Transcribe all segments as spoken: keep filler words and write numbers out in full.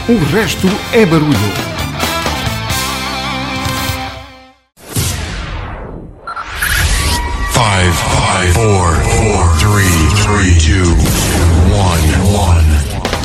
O resto é barulho. Five, five, four, four, three, three, two, one, one.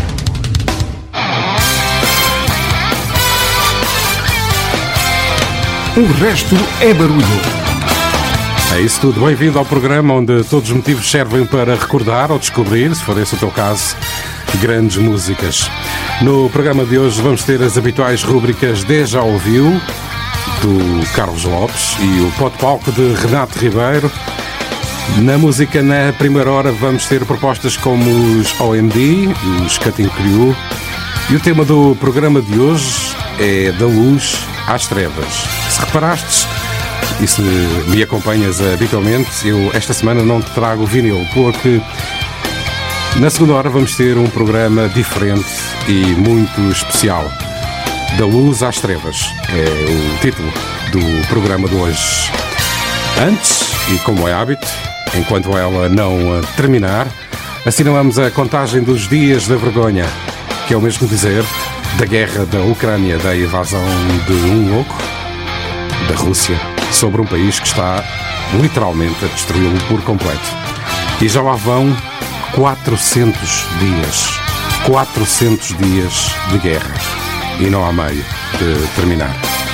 O resto é barulho. É isso tudo. Bem-vindo ao programa onde todos os motivos servem para recordar ou descobrir, se for esse o teu caso, grandes músicas. No programa de hoje vamos ter as habituais rúbricas De Já Ouviu, do Carlos Lopes, e o Pó de Palco de Renato Ribeiro. Na música, na primeira hora, vamos ter propostas como os O M D, os Cutting Crew, e o tema do programa de hoje é Da Luz às Trevas. Se reparastes, e se me acompanhas habitualmente, eu esta semana não te trago vinil, porque na segunda hora vamos ter um programa diferente e muito especial. Da Luz às Trevas é o título do programa de hoje. Antes, e como é hábito, enquanto ela não terminar, assinalamos a contagem dos dias da vergonha, que é o mesmo dizer da guerra da Ucrânia, da invasão de um louco da Rússia sobre um país que está literalmente a destruí-lo por completo. E já lá vão quatrocentos dias. quatrocentos dias de guerra. E não há meio de terminar.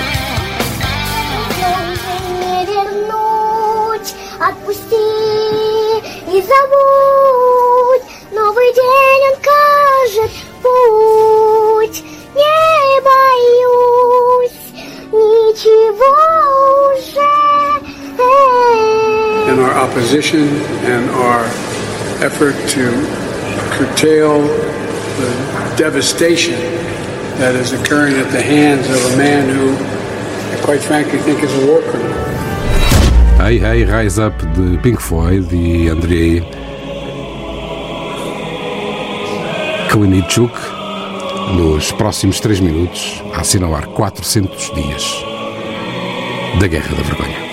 Не забудь, новый день он кажет путь. Не боюсь ничего уже. In our opposition and our effort to curtail the devastation that is occurring at the hands of a man who, I quite frankly, think is a war criminal. Hey Hey Rise Up de Pink Floyd e Andrei Kalinichuk nos próximos três minutos a assinalar quatrocentos dias da Guerra da Vergonha.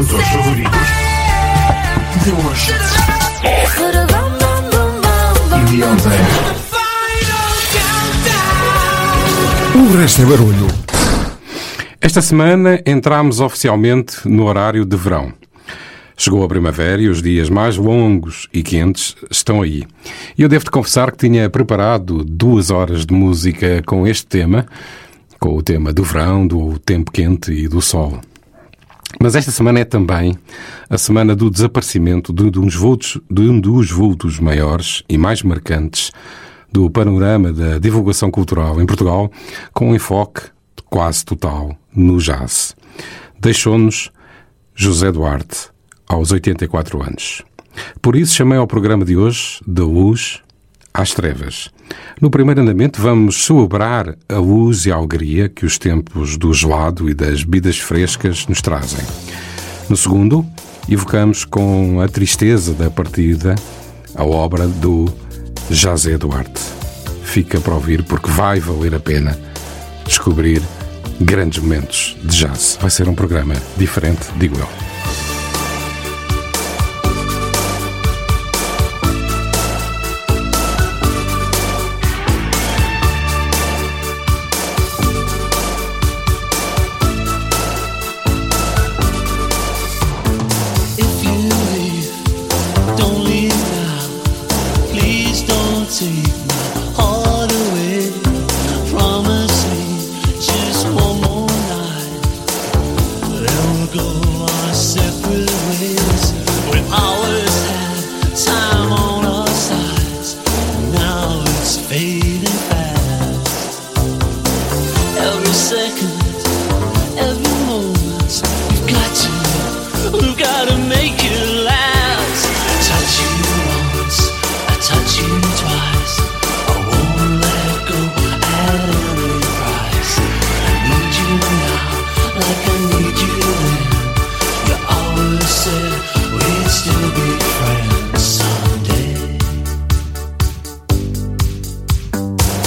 Vamos aos favoritos de hoje e de ontem. O resto é barulho. Esta semana entramos oficialmente no horário de verão. Chegou a primavera e os dias mais longos e quentes estão aí. E eu devo-te confessar que tinha preparado duas horas de música com este tema, com o tema do verão, do tempo quente e do sol. Mas esta semana é também a semana do desaparecimento de, de, uns vultos, de um dos vultos maiores e mais marcantes do panorama da divulgação cultural em Portugal, com um enfoque quase total no jazz. Deixou-nos José Duarte, aos oitenta e quatro anos. Por isso chamei ao programa de hoje Da Luz às Trevas. No primeiro andamento vamos celebrar a luz e a alegria que os tempos do gelado e das bebidas frescas nos trazem. No segundo, evocamos com a tristeza da partida a obra do José Duarte. Fica para ouvir porque vai valer a pena descobrir grandes momentos de jazz. Vai ser um programa diferente, digo eu. Still be friends someday.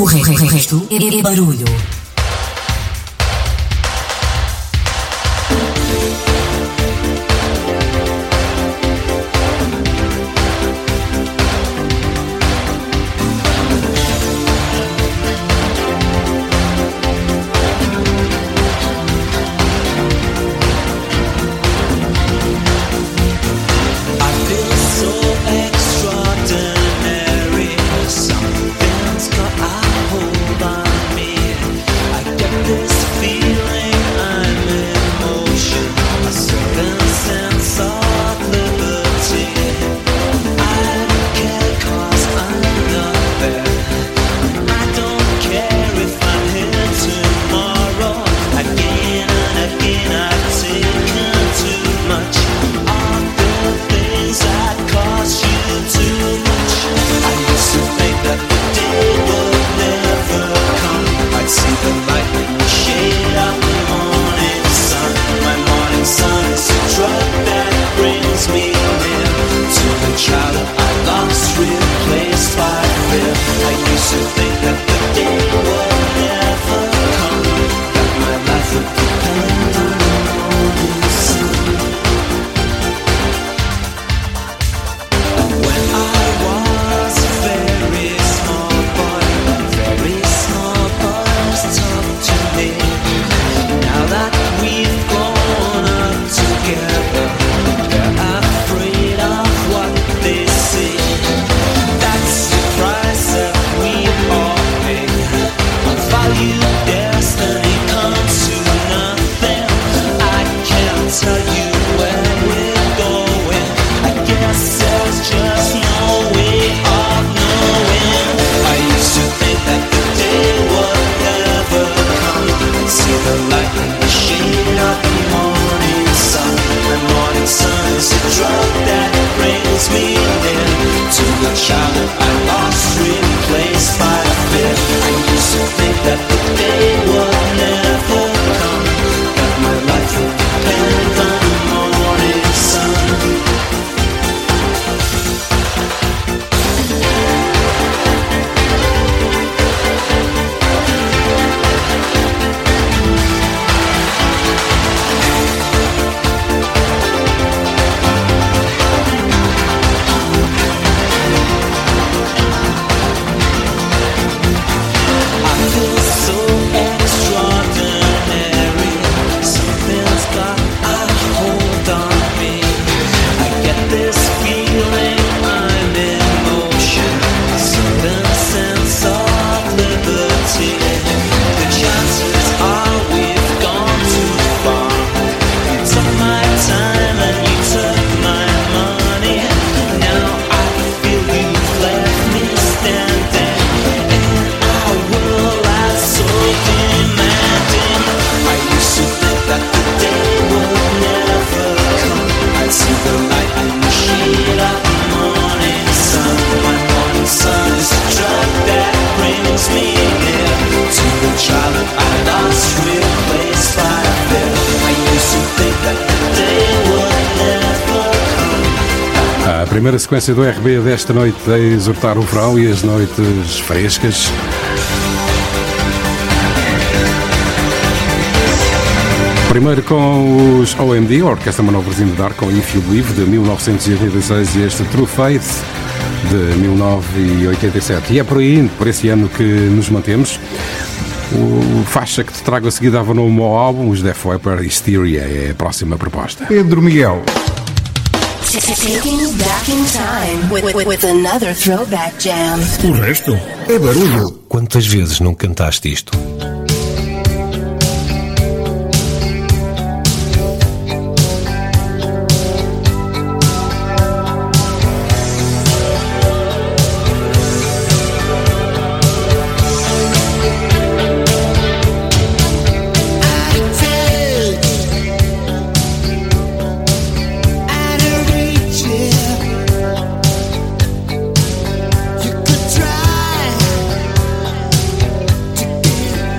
resto é barulho. A primeira sequência do R B desta noite é exortar o verão e as noites frescas. Primeiro com os O M D, a Orquestra Manobras-in the Dark, com If You Believe, de mil novecentos e oitenta e seis, e este True Faith, de mil novecentos e oitenta e sete. E é por aí, por esse ano, que nos mantemos. O faixa que te trago a seguir dava nome ao álbum, os Def Leppard, Hysteria, é a próxima proposta. Pedro Miguel. Taking you back in time with, with, with another throwback jam. O resto é barulho. Quantas vezes não cantaste isto? You could try to get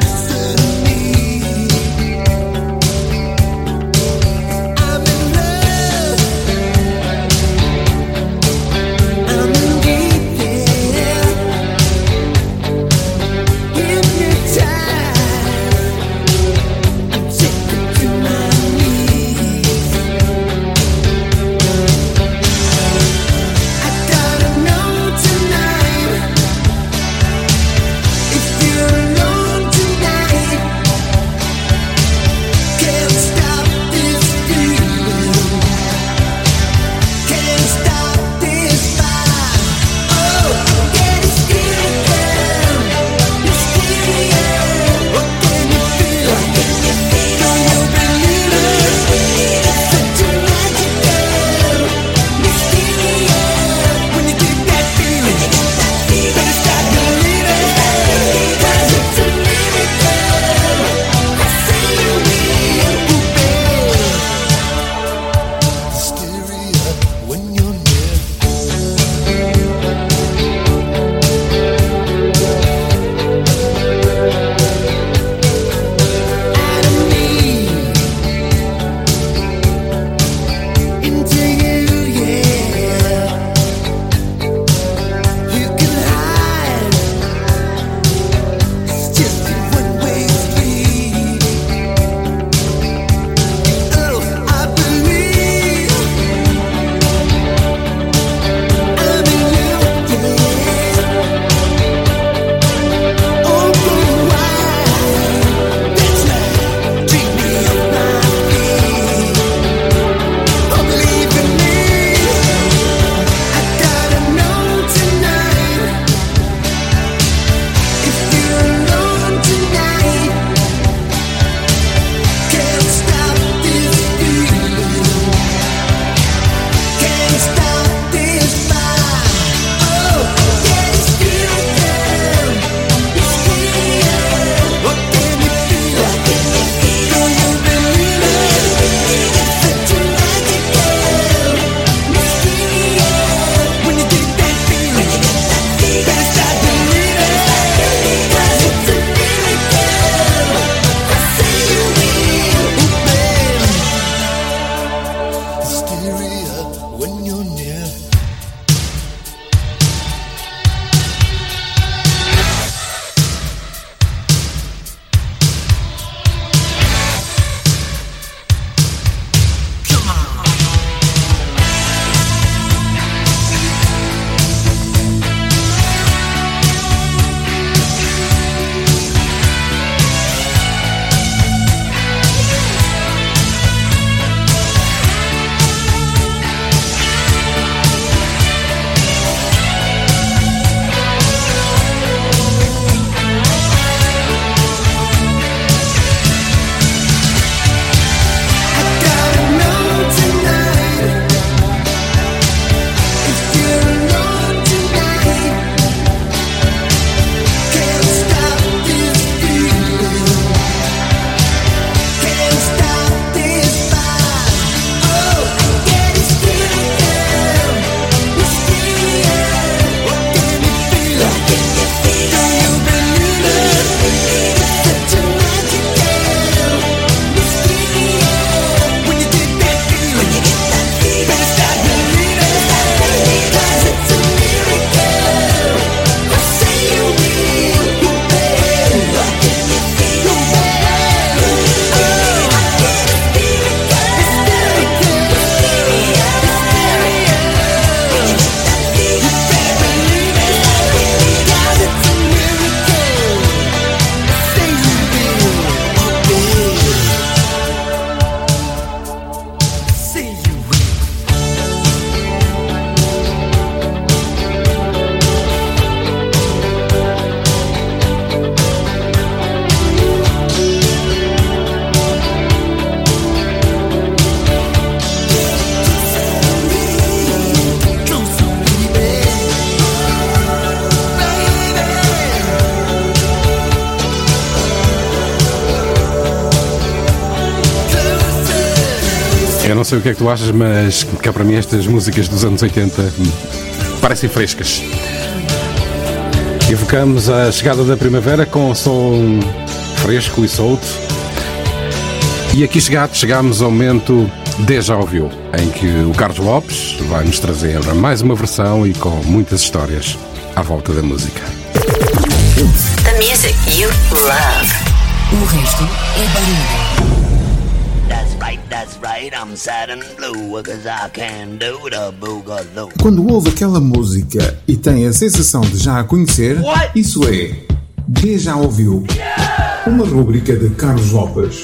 Eu não sei o que é que tu achas, mas cá para mim estas músicas dos anos oitenta parecem frescas. Evocamos a chegada da primavera com um som fresco e solto. E aqui chegados, chegamos ao momento Déjà Ouviu, em que o Carlos Lopes vai nos trazer mais uma versão e com muitas histórias à volta da música. The music you love. O resto é barulho. That's right, that's right, I'm sad and blue, cause I can do the boogaloo. Quando ouve aquela música e tem a sensação de já a conhecer, What? Isso é Déjà Ouviu, yeah! Uma rubrica de Carlos Lopes.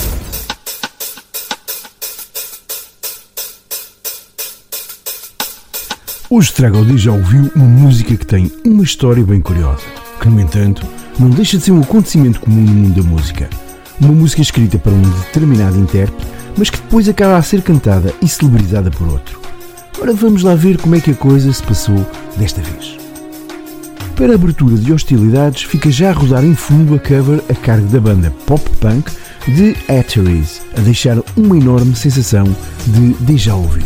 Hoje trago ao Déjà Ouviu uma música que tem uma história bem curiosa, que no entanto não deixa de ser um acontecimento comum no mundo da música. Uma música escrita para um determinado intérprete, mas que depois acaba a ser cantada e celebrizada por outro. Ora, vamos lá ver como é que a coisa se passou desta vez. Para a abertura de hostilidades, fica já a rodar em fundo a cover a cargo da banda pop-punk de Atterys, a deixar uma enorme sensação de déjà ouviu.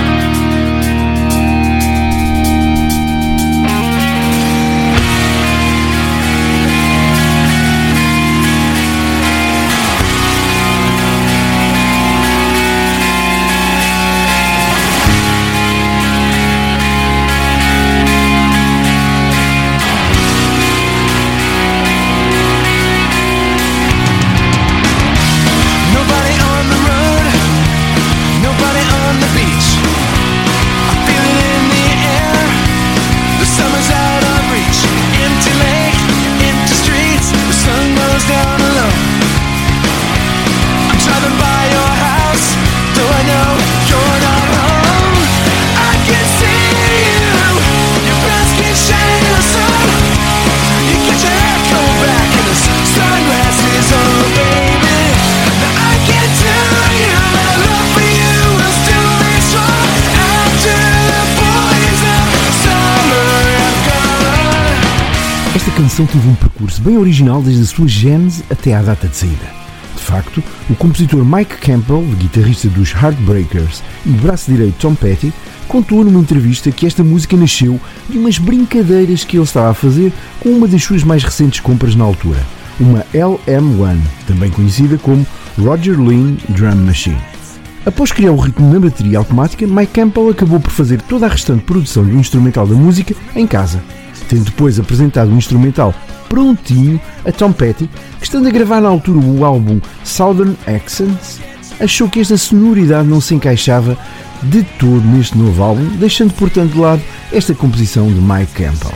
Esta canção teve um percurso bem original desde a sua gênese até à data de saída. De facto, o compositor Mike Campbell, guitarrista dos Heartbreakers e braço direito Tom Petty, contou numa entrevista que esta música nasceu de umas brincadeiras que ele estava a fazer com uma das suas mais recentes compras na altura, uma L M um, também conhecida como Roger Lean Drum Machine. Após criar o ritmo na bateria automática, Mike Campbell acabou por fazer toda a restante produção do instrumental da música em casa, tendo depois apresentado o instrumental prontinho a Tom Petty, que estando a gravar na altura o álbum Southern Accents, achou que esta sonoridade não se encaixava de todo neste novo álbum, deixando portanto de lado esta composição de Mike Campbell.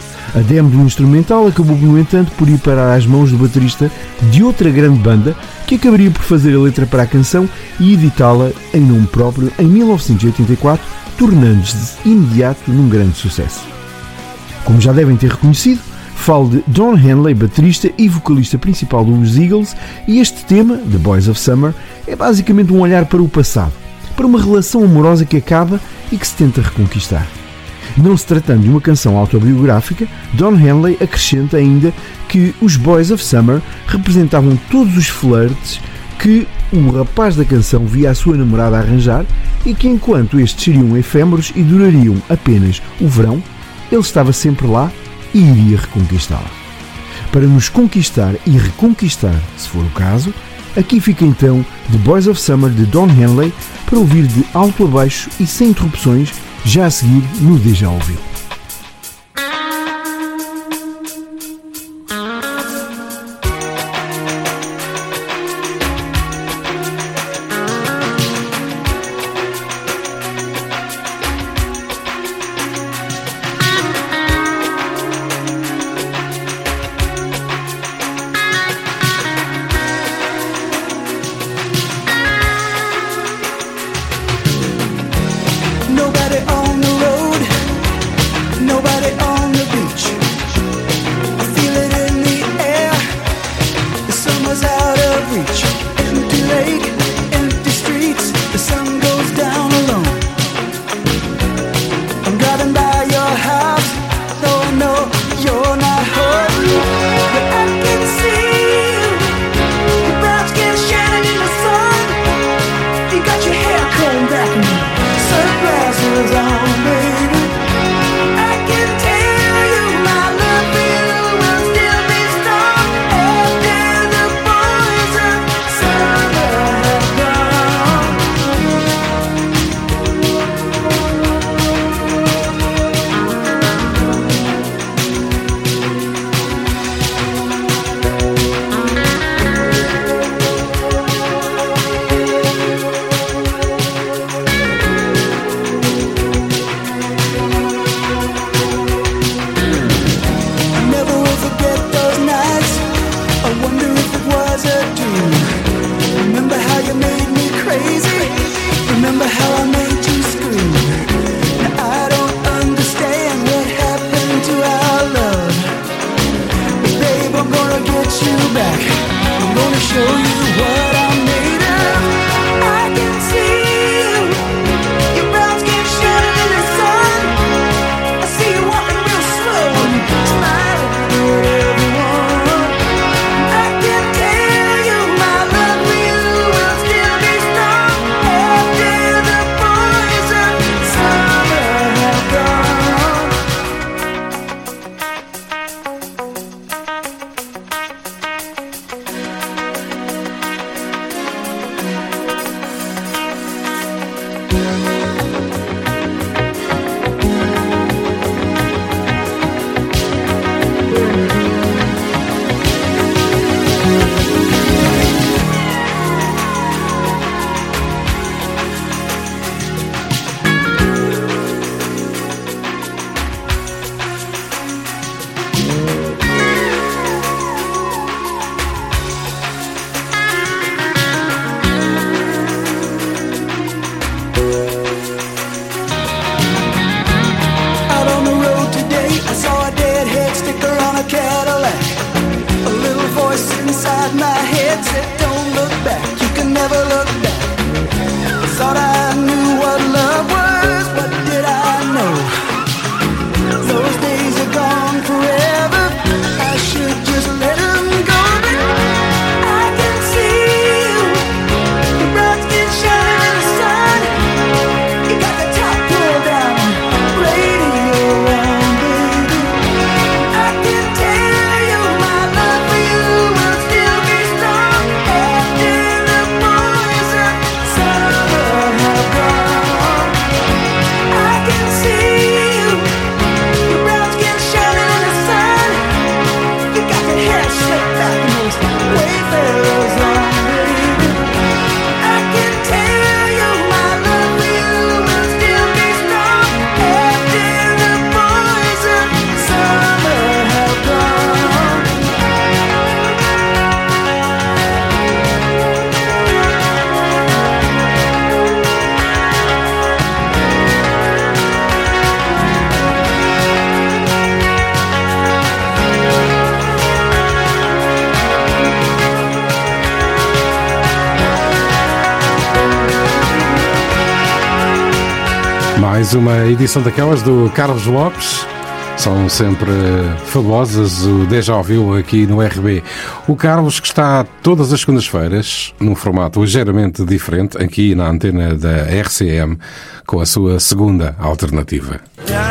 A demo do instrumental acabou, no entanto, por ir parar às mãos do baterista de outra grande banda que acabaria por fazer a letra para a canção e editá-la em nome próprio em mil novecentos e oitenta e quatro, tornando-se de imediato num grande sucesso. Como já devem ter reconhecido, falo de Don Henley, baterista e vocalista principal dos Eagles, e este tema, The Boys of Summer, é basicamente um olhar para o passado, para uma relação amorosa que acaba e que se tenta reconquistar. Não se tratando de uma canção autobiográfica, Don Henley acrescenta ainda que os Boys of Summer representavam todos os flirts que o rapaz da canção via a sua namorada arranjar e que, enquanto estes seriam efêmeros e durariam apenas o verão, ele estava sempre lá e iria reconquistá-la. Para nos conquistar e reconquistar, se for o caso, aqui fica então The Boys of Summer de Don Henley para ouvir de alto a baixo e sem interrupções, já a seguir no Déjà Ouviu. Mais uma edição daquelas do Carlos Lopes. São sempre famosas, o Déjà Vu aqui no R B. O Carlos, que está todas as segundas-feiras, num formato ligeiramente diferente, aqui na antena da R C M, com a sua segunda alternativa.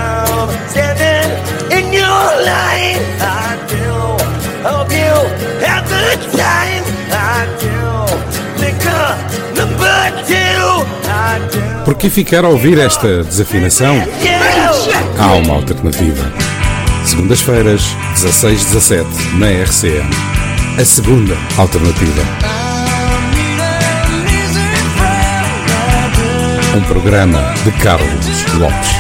Por que ficar a ouvir esta desafinação? Há uma alternativa. Segundas-feiras, dezasseis dezassete, na R C M. A segunda alternativa. Um programa de Carlos Lopes.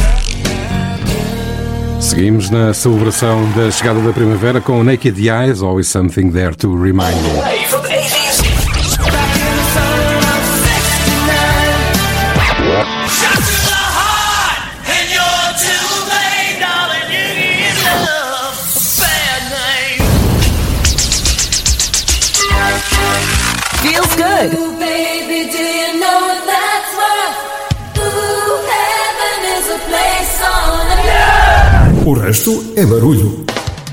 Seguimos na celebração da chegada da primavera com Naked Eyes, Always Something There to Remind Me. Feels good. Ooh, baby, do you know that's worth? Ooh, heaven is a place on earth. O resto é barulho.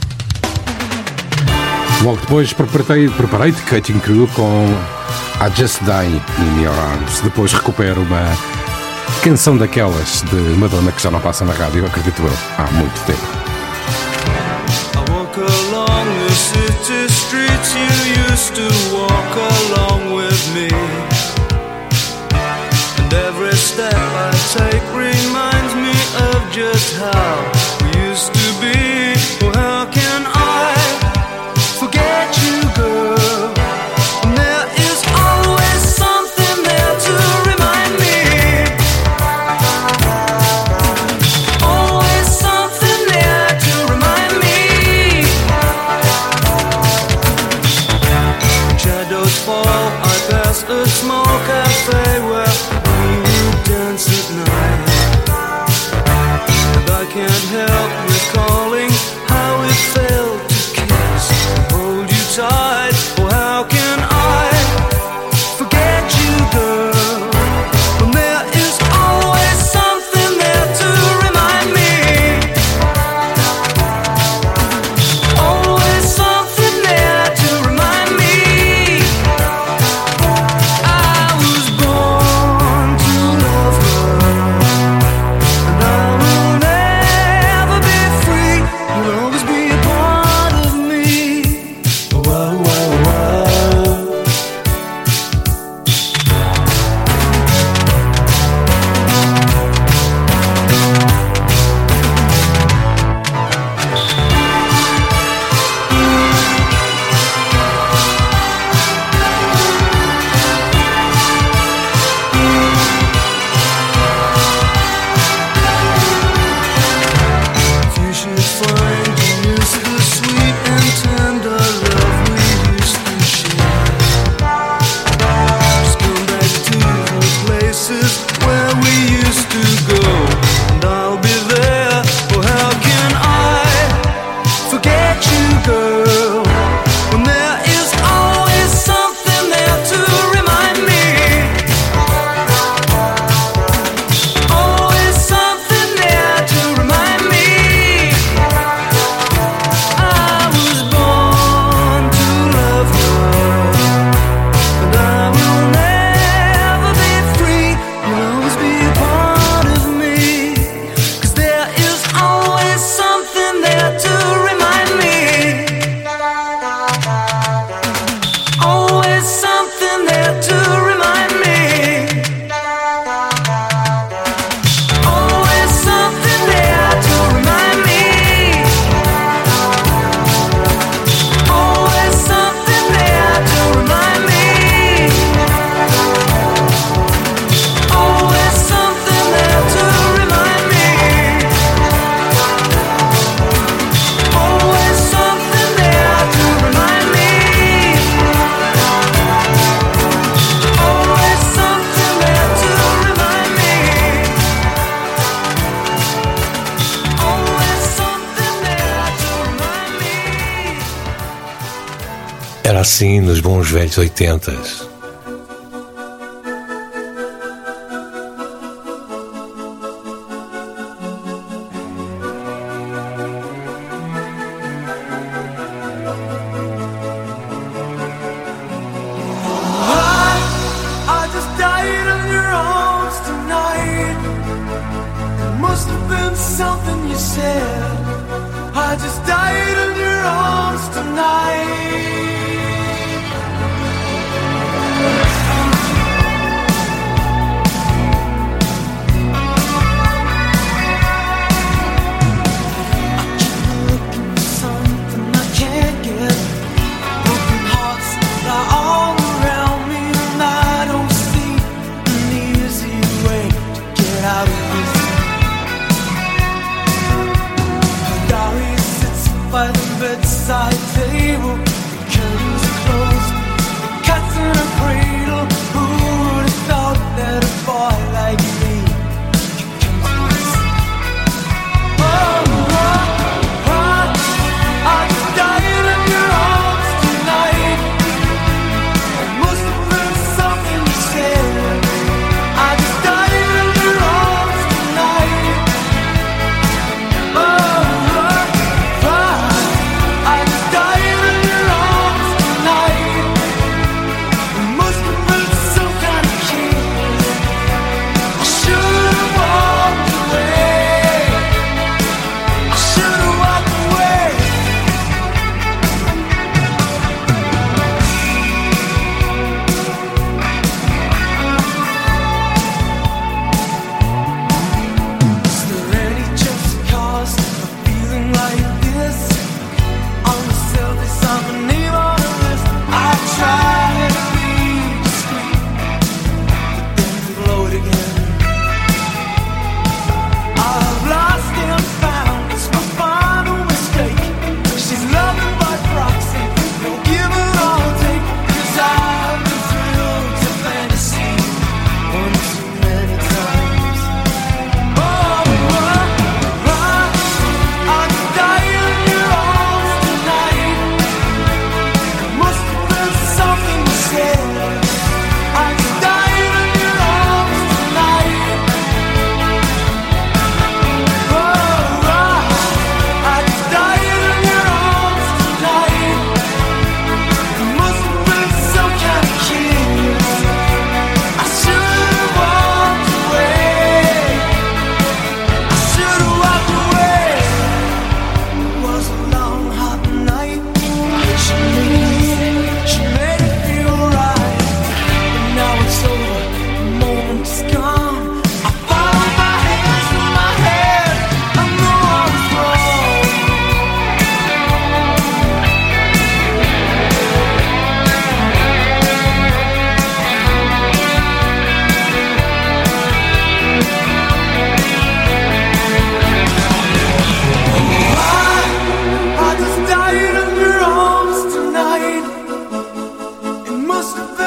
Logo depois preparei, preparei de Cutting Crew com I Just Die in Your Arms. Depois recupero uma canção daquelas de Madonna que já não passa na rádio, acredito eu, há muito tempo. I walk along the city streets you used to walk along with me, and every step I take reminds me of just how we used to be. Well, how can I forget you, girl? And there is always something there to remind me. Always something there to remind me. Shadows fall, I pass a small cafe where we would dance at night, and I can't help recalling how it felt to kiss and hold you tight. Oh, how can I forget you, girl, when there is always something there to remind me. Always something there to remind me. I was born to love her, and I will never be free. You'll always be a part of me. Wow, wow, wow. If you should find you miss the sweet and tender love we used to share, just come back to the places where we used to go, and I'll be there. Oh, how can I forget you, girl, when there is always something there to remind me. Always something there to remind me. I was born to love her, and I will never be free. You'll always be a part of me, 'cause there is always something there to remind me. Always something there to remind me. Always something there to remind me. Always something there to remind me. Always something there to remind me. Always something there to remind me. Always something there to remind me. Always something there to remind me. Era assim nos bons velhos oitentas.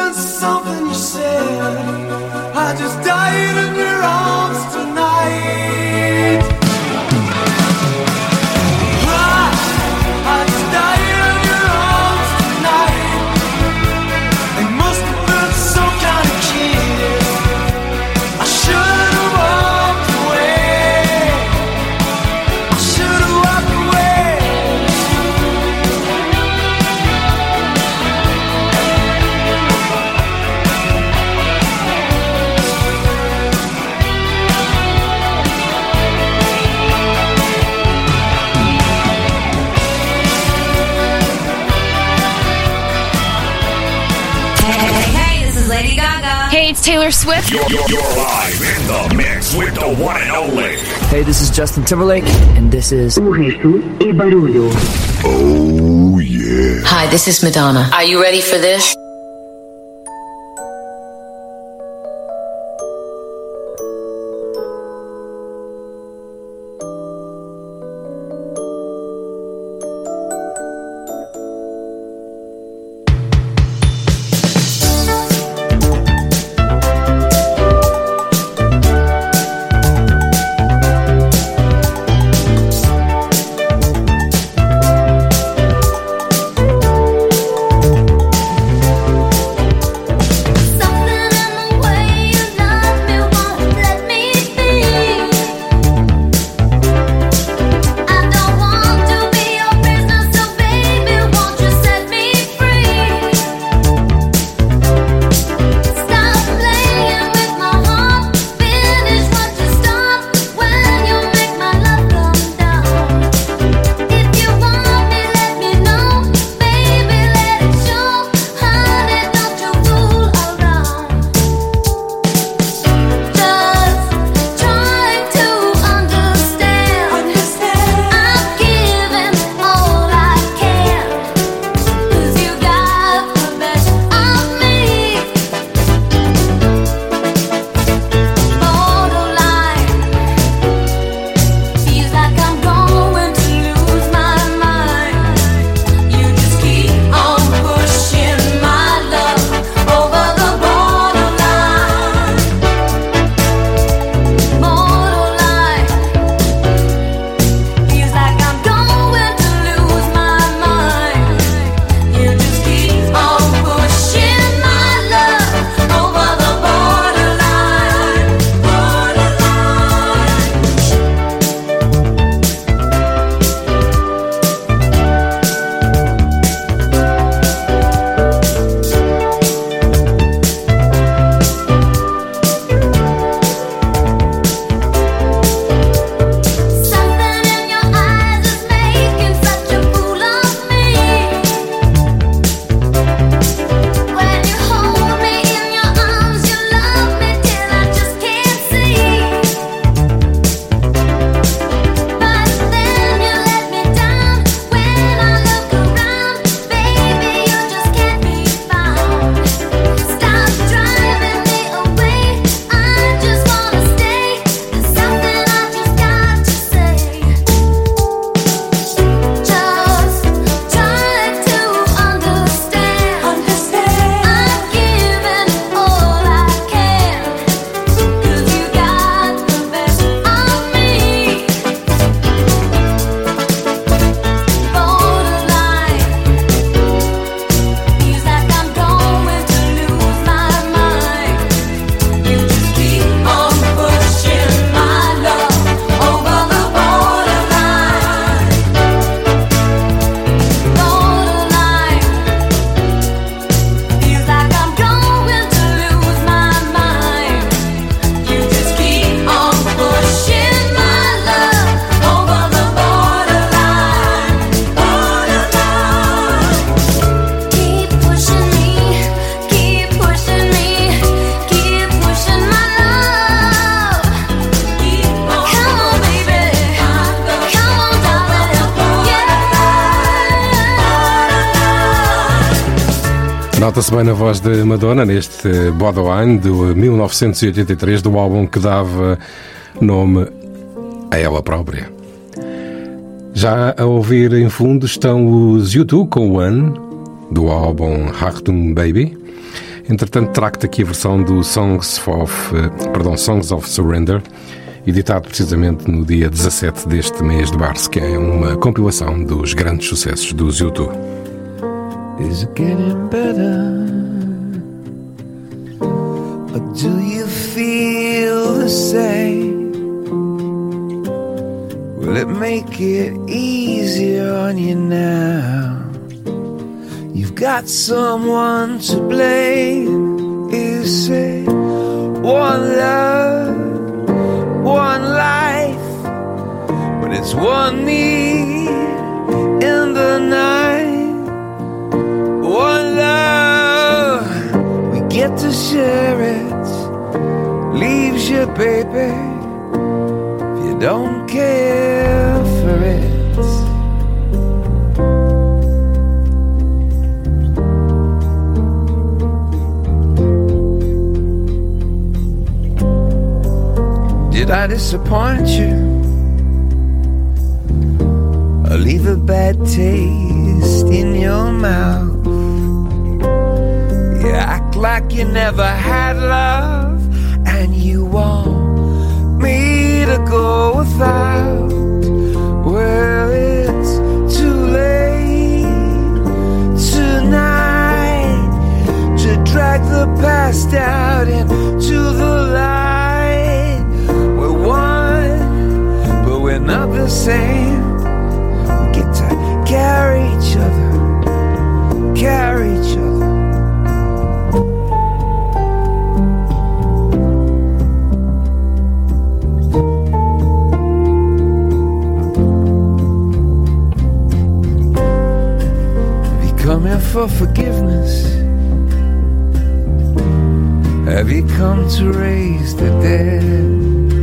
remembered something you said. I just died in your arms tonight. I, I just died in your arms tonight. It must have been some kind of kiss. I should have walked away. I should have walked away. Hey, this is Lady Gaga. Hey, it's Taylor Swift. You're, you're, you're live in the mix with the one and only. Hey, this is Justin Timberlake, and this is O resto é barulho. Oh, yeah. Hi, this is Madonna. Are you ready for this? Nota-se bem na voz de Madonna neste Borderline de mil novecentos e oitenta e três, do álbum que dava nome a ela própria. Já a ouvir em fundo estão os U dois com One, do álbum Achtung Baby. Entretanto, trago-te aqui a versão do Songs of, perdão, Songs of Surrender, editado precisamente no dia dezassete deste mês de março, que é uma compilação dos grandes sucessos dos U dois. Is it getting better? Or do you feel the same? Will it make it easier on you now? You've got someone to blame. You say one love, one life, but it's one need in the night. One love, we get to share it. Leaves you, baby, if you don't care for it. Did I disappoint you? Or leave a bad taste in your mouth? You act like you never had love, and you want me to go without. Well, it's too late tonight to drag the past out into the light. We're not the same. We get to carry each other, carry each other. Have you come here for forgiveness? Have you come to raise the dead?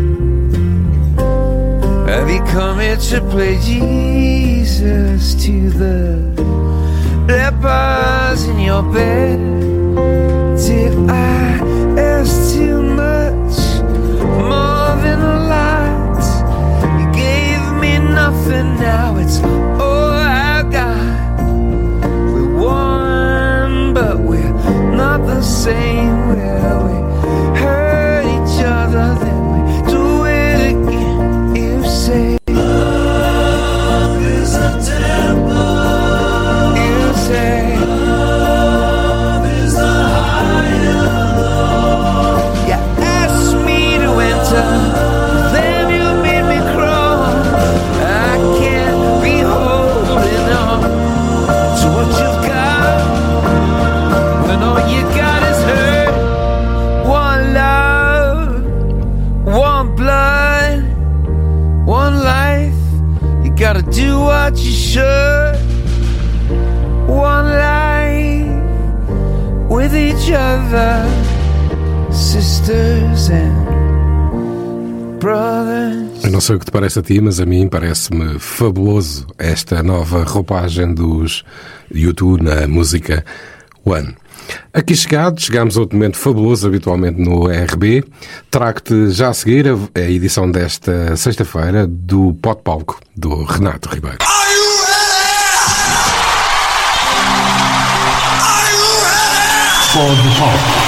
Have you come here to play Jesus to the lepers in your bed? Did I ask too much, more than a lot? You gave me nothing, now it's all I got. We're one, but we're not the same. Well, we hurt each other, then we do it again. Say love is a temple. You say love is the higher law. You asked me to enter, then you made me crawl. I can't be holding on to what you've got when all you got is hurt. One love, one blood, one life, you gotta do what you should. One life with each other, sisters and brothers. Eu não sei o que te parece a ti, mas a mim parece-me fabuloso esta nova roupagem dos U dois na música One. Aqui chegados, chegamos a outro momento fabuloso, habitualmente no R B. Trago-te já a seguir a, a edição desta sexta-feira do Pot Palco, do Renato Ribeiro. For the Palco.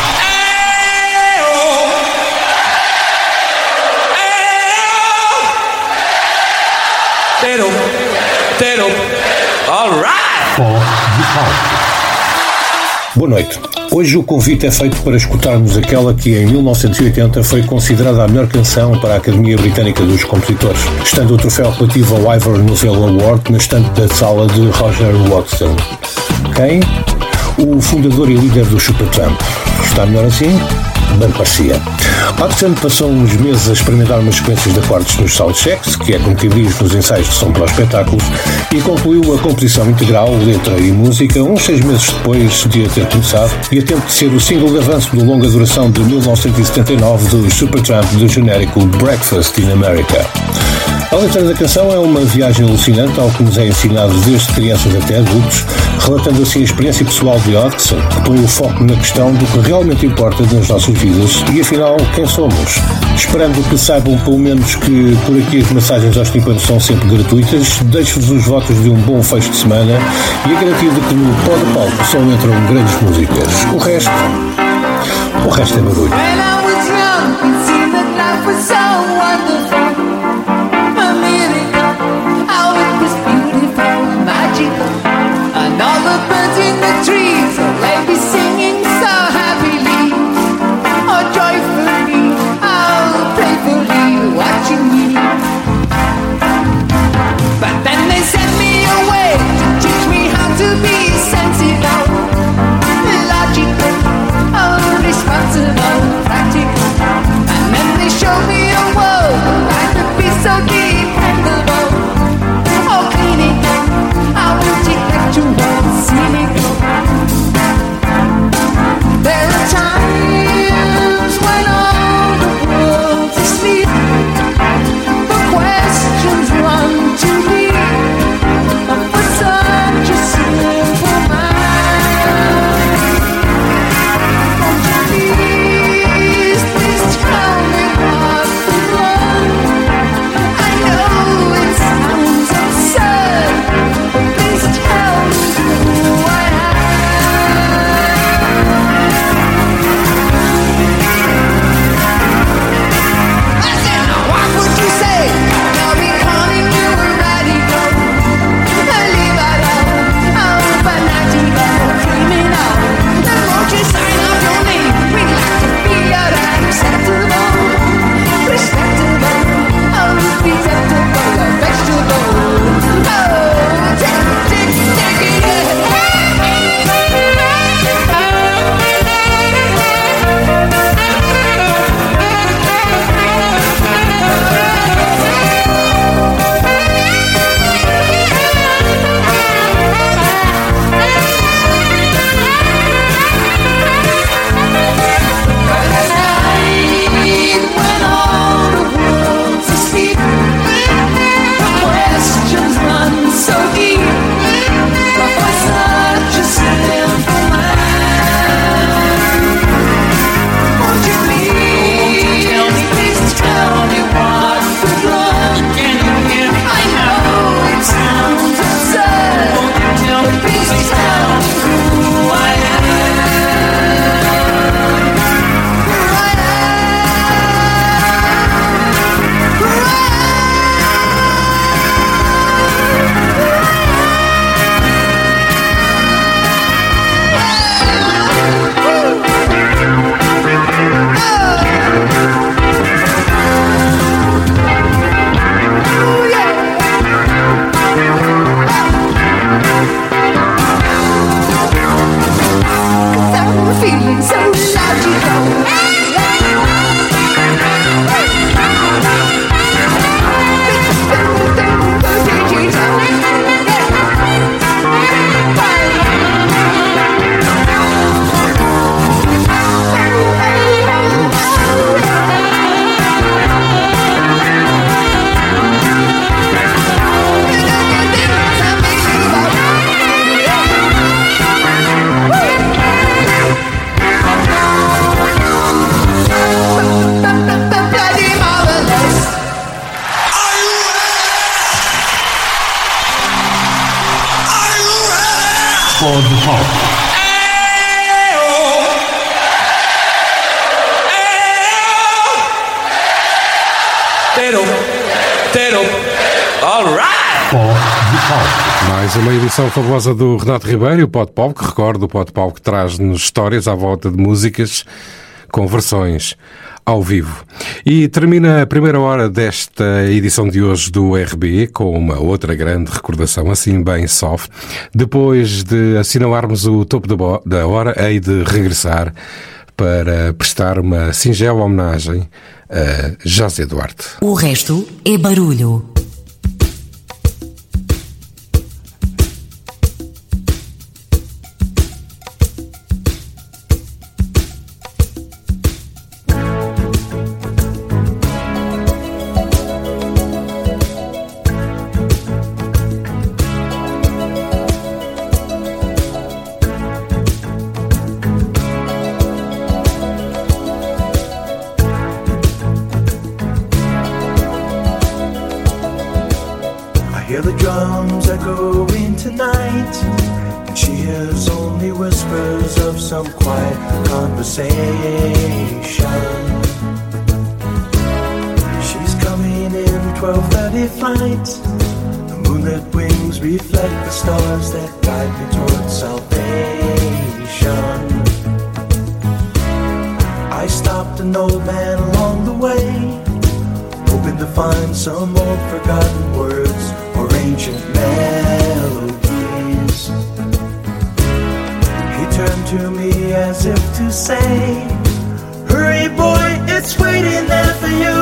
Tero, Tero, all right. For the Palco. Boa noite. Hoje o convite é feito para escutarmos aquela que em mil novecentos e oitenta foi considerada a melhor canção para a Academia Britânica dos Compositores, estando o troféu relativo ao Ivor Novello Award na estante da sala de Roger Watson. Quem? O fundador e líder do Supertramp. Está melhor assim? Bem parecia. Watson passou uns meses a experimentar umas sequências de acordes nos soundchecks, que é como quem diz nos ensaios de som para os espetáculos, e concluiu a composição integral, letra e música, uns seis meses depois de a ter começado, e a tempo de ser o single de avanço de longa duração de mil novecentos e setenta e nove do Supertramp do genérico Breakfast in America. A letra da canção é uma viagem alucinante ao que nos é ensinado desde crianças até adultos, relatando assim a experiência pessoal de Hodgson, que põe o foco na questão do que realmente importa nas nossas vidas e, afinal, quem somos. Esperando que saibam, pelo menos, que por aqui as massagens aos tímpanos são sempre gratuitas, deixo-vos os votos de um bom fecho de semana e a garantia de que no pó de palco só entram grandes músicas. O resto... o resto é barulho. And all the birds in the trees, they be singing so happily, or joyfully, oh, playfully, watching me. But then they sent me away to teach me how to be sensible, logical, oh, responsible, practical. And then they showed me a world where I could be so dependable, oh, clinical, oh, intellectual, cynical. There are times when all the world's asleep, the questions run to me, for such a simple mind. Won't you please, please tell me what to learn? I know it sounds absurd, but please tell me who I am. I said, now what would you say? I'll be calling you a radical, a liberal, oh, fanatical, criminal. Then won't you sign up your name? We'd like to feel acceptable, respectable, oh, presentable, a vegetable. Oh, take, take, take it away. When all the world's asleep, the questions run so deep, but for such a simple mind. Won't you please, please tell me what to learn? I know it sounds absurd, but please tell me who I am. Who I I'm feeling so logical. Bloody marvelous. Pó de palco. Tero, tero, all right. Pó de palco. Mais uma edição fabulosa do Renato Ribeiro, o Pó de Palco, que recordo, o Pó de Palco que traz-nos histórias à volta de músicas com versões ao vivo. E termina a primeira hora desta edição de hoje do R B com uma outra grande recordação, assim bem soft. Depois de assinalarmos o topo da hora, hei de regressar para prestar uma singela homenagem a José Duarte. O resto é barulho. drums echoing tonight, and she hears only whispers of some quiet conversation. She's coming in twelve thirty flight. The moonlit wings reflect the stars that guide me towards salvation. I stopped an old man along the way, hoping to find some old forgotten words or ancient melodies. He turned to me as if to say, hurry boy, it's waiting there for you.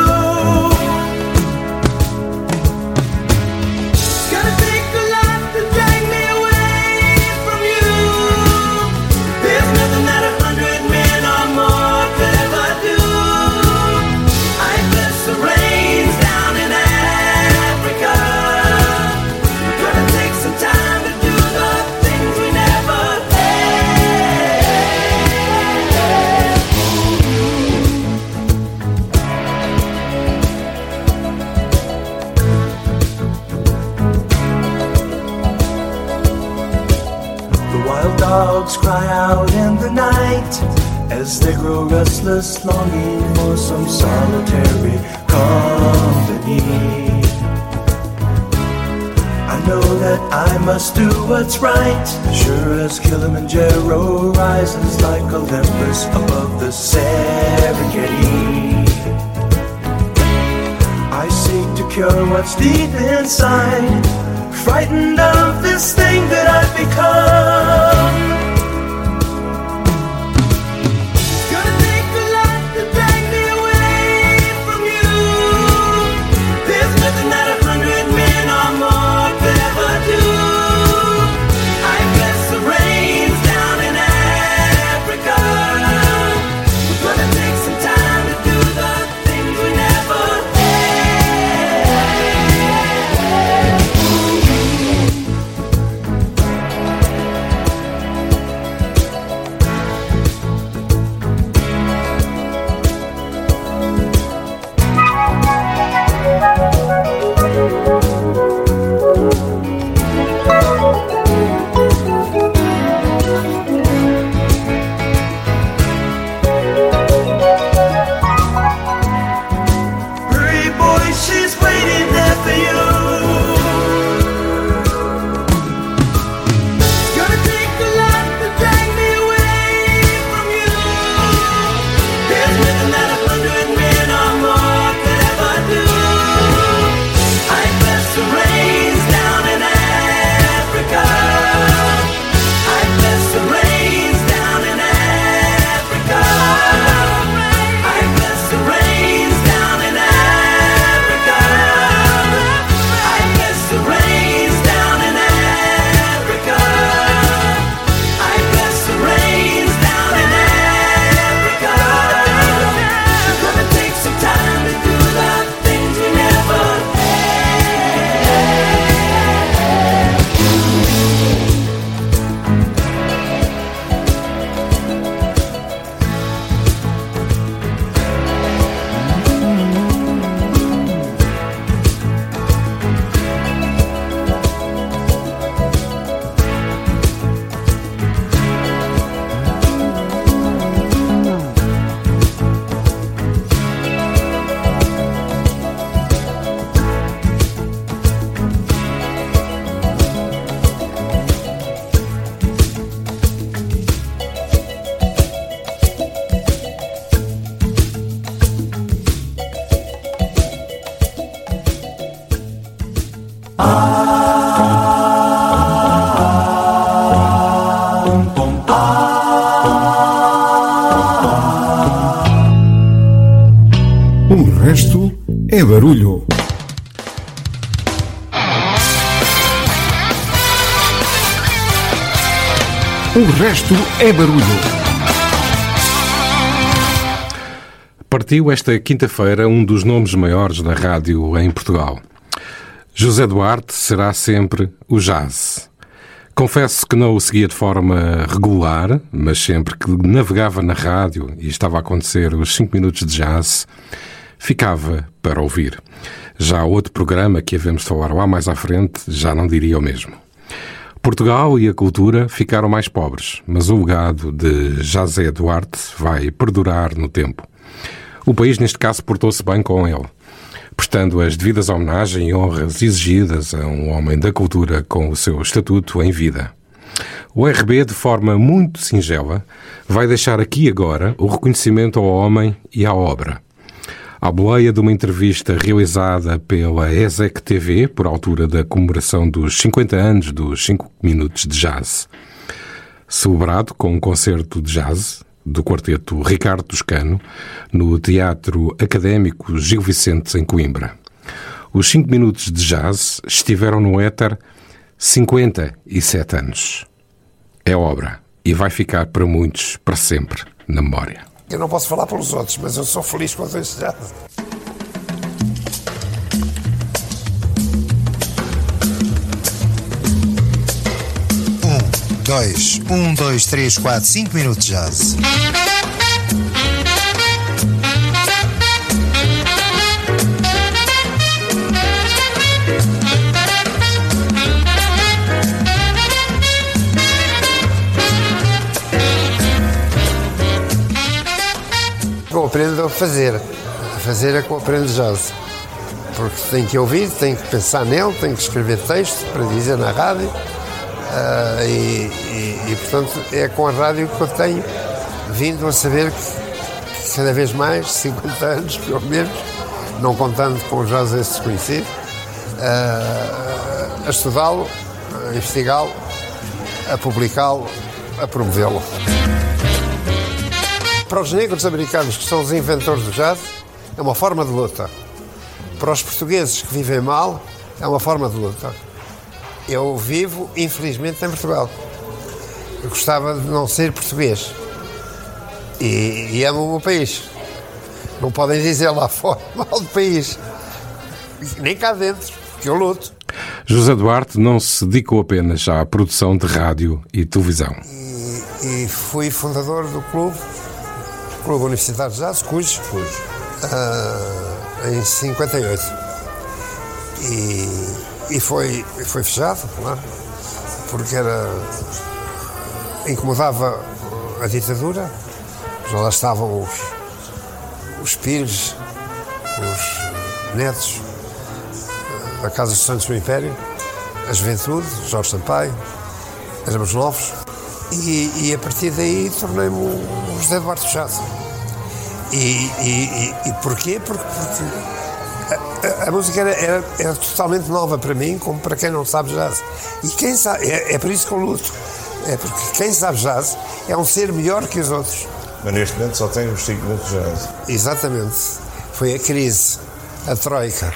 It's gonna take a lot to drag me away from you. There's nothing that a hundred men or more could ever do. I bless the rains down in Africa. We're gonna take some time to do the things we never The wild dogs cry out in the night as they grow restless, longing for some solitary company. I know that I must do what's right, sure as Kilimanjaro rises like Olympus above the Serengeti. I seek to cure what's deep inside, frightened of this thing that I've become. Gonna take a lot to drag me away from you. There's nothing that a hundred men or more could ever do. I bless the rains down in Africa. We're gonna take some time to do the things we never Hurry, boy, she's waiting there for you. It's gonna take a lot to drag me away from you. There's nothing that a hundred men or more could ever do. I bless the rains down in Africa. I bless the rains down in Africa. I bless the rains down in Africa. I bless the rains down in Africa. I bless the rains down in Africa. We're gonna take some time to do the things we never O resto é barulho. O resto é barulho. Partiu esta quinta-feira um dos nomes maiores da rádio em Portugal. José Duarte será sempre o jazz. Confesso que não o seguia de forma regular, mas sempre que navegava na rádio e estava a acontecer os cinco minutos de jazz, ficava para ouvir. Já outro programa que havemos de falar lá mais à frente já não diria o mesmo. Portugal e a cultura ficaram mais pobres, mas o legado de José Duarte vai perdurar no tempo. O país, neste caso, portou-se bem com ele, prestando as devidas homenagens e honras exigidas a um homem da cultura com o seu estatuto em vida. O R B, de forma muito singela, vai deixar aqui agora o reconhecimento ao homem e à obra. À boleia de uma entrevista realizada pela E S E C T V, por altura da comemoração dos cinquenta anos dos cinco minutos de jazz, celebrado com um concerto de jazz do quarteto Ricardo Toscano, no Teatro Académico Gil Vicente, em Coimbra. Os cinco minutos de jazz estiveram no éter cinquenta e sete anos. É obra e vai ficar para muitos, para sempre, na memória. Eu não posso falar pelos outros, mas eu sou feliz com este jazz. Um, dois, um, dois, três, quatro, cinco minutos de jazz. Eu aprendo a fazer, a fazer é que eu aprendo jazz, porque tenho que ouvir, tenho que pensar nele, tenho que escrever texto para dizer na rádio, uh, e, e, e portanto é com a rádio que eu tenho vindo a saber que cada vez mais, cinquenta anos pelo menos, não contando com o jazz esse desconhecido, uh, a estudá-lo, a investigá-lo, a publicá-lo, a promovê-lo. Para os negros americanos, que são os inventores do jazz, é uma forma de luta. Para os portugueses que vivem mal, é uma forma de luta. Eu vivo, infelizmente, em Portugal. Eu gostava de não ser português. E, e amo o meu país. Não podem dizer lá fora mal do país. Nem cá dentro, porque eu luto. José Duarte não se dedicou apenas à produção de rádio e televisão. E, e fui fundador do clube, Clube Universitário de Jazz, Cujo, uh, em cinquenta e oito. E, e foi, foi fechado, claro, porque era, incomodava a ditadura. Já lá estavam os, os pires, os netos da Casa dos Santos do Império, a juventude, Jorge Sampaio, éramos novos. E, e a partir daí tornei-me o José Duarte Fechado. E, e, e, e porquê? Porque, porque a, a, a música era, era, era totalmente nova para mim, como para quem não sabe jazz. E quem sabe, é, é por isso que eu luto. É porque quem sabe jazz é um ser melhor que os outros. Mas neste momento só tem os cinco minutos de jazz. Exatamente. Foi a crise, a troika.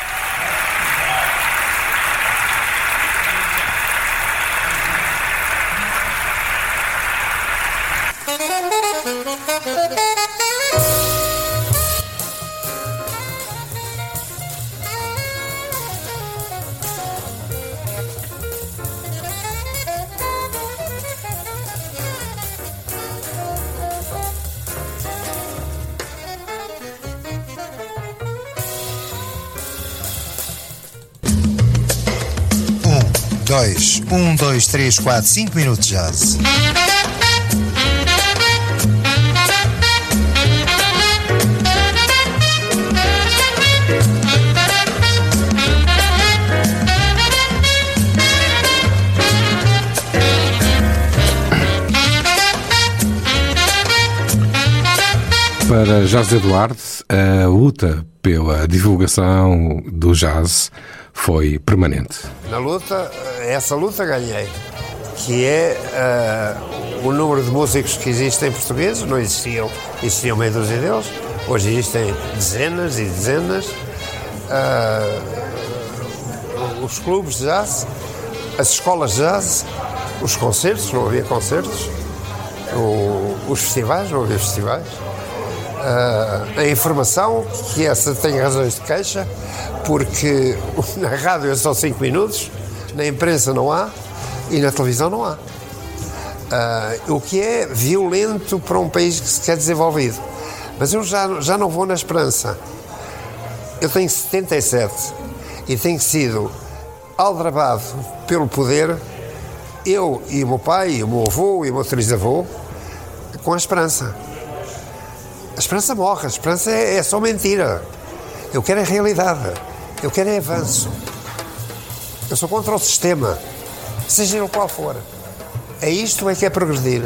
Dois, um, dois, três, quatro, cinco minutos de jazz. Para José Duarte, a luta pela divulgação do jazz foi permanente. Na luta, essa luta ganhei, que é uh, o número de músicos que existem portugueses. Não existiam, existiam meia dúzia deles, hoje existem dezenas e dezenas. Uh, os clubes de jazz, as escolas de jazz, os concertos, não havia concertos, o, os festivais, não havia festivais. Uh, a informação, que essa tem razões de queixa, porque na rádio é só cinco minutos, na imprensa não há e na televisão não há. Uh, o que é violento para um país que se quer desenvolvido. Mas eu já, já não vou na esperança. Eu tenho setenta e sete e tenho sido aldrabado pelo poder, eu e o meu pai, e o meu avô e o meu trisavô, com a esperança. A esperança morre, a esperança é, é só mentira. Eu quero é realidade, eu quero é avanço. Eu sou contra o sistema, seja ele qual for. É isto é que é progredir.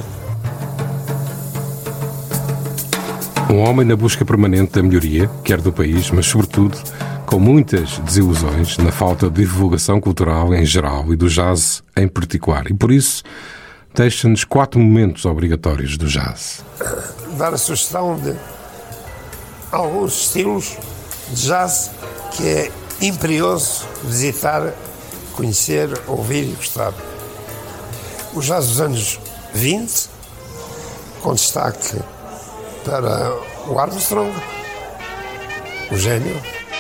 Um homem na busca permanente da melhoria, quer do país, mas sobretudo com muitas desilusões na falta de divulgação cultural em geral e do jazz em particular. E por isso deixa-nos quatro momentos obrigatórios do jazz. Dar a sugestão de alguns estilos de jazz que é imperioso visitar, conhecer, ouvir e gostar. O jazz dos anos vinte, com destaque para o Armstrong, o gênio.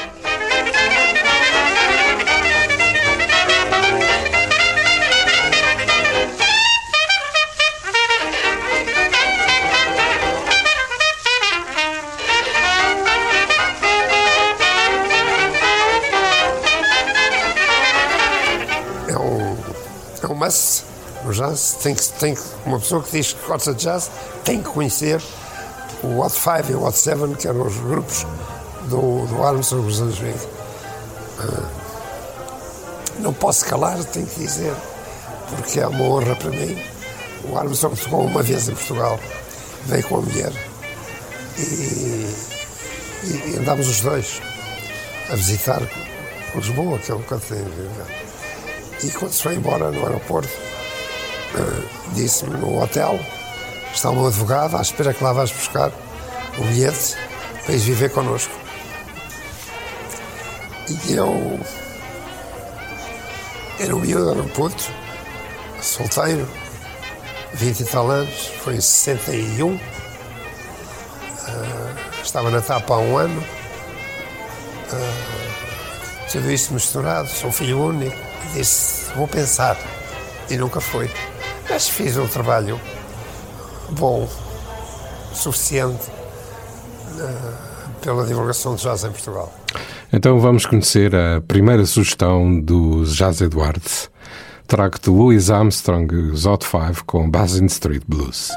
É um, é um must no jazz. Tem que, tem que, uma pessoa que diz que gosta de jazz tem que conhecer o Hot Five e o Hot Seven, que eram os grupos do, do Armstrong dos anos vinte. Uh, não posso calar, tenho que dizer, porque é uma honra para mim. O Armstrong tocou uma vez em Portugal, veio com a mulher e, e, e andámos os dois a visitar Lisboa, que é um canto tem. E quando se foi embora no aeroporto, uh, disse-me no hotel: está um advogado à espera que lá vais buscar o bilhete para ir viver connosco. E eu era um miúdo, era um puto, solteiro, vinte e tal anos, foi em sessenta e um, uh, estava na tapa há um ano, uh, tudo isso misturado, sou filho único, e disse, vou pensar, e nunca foi. Mas fiz um trabalho bom, suficiente uh, pela divulgação de jazz em Portugal. Então vamos conhecer a primeira sugestão do Jazz Edwards. Trago-te Louis Armstrong, os Hot Five, com Basin Street Blues.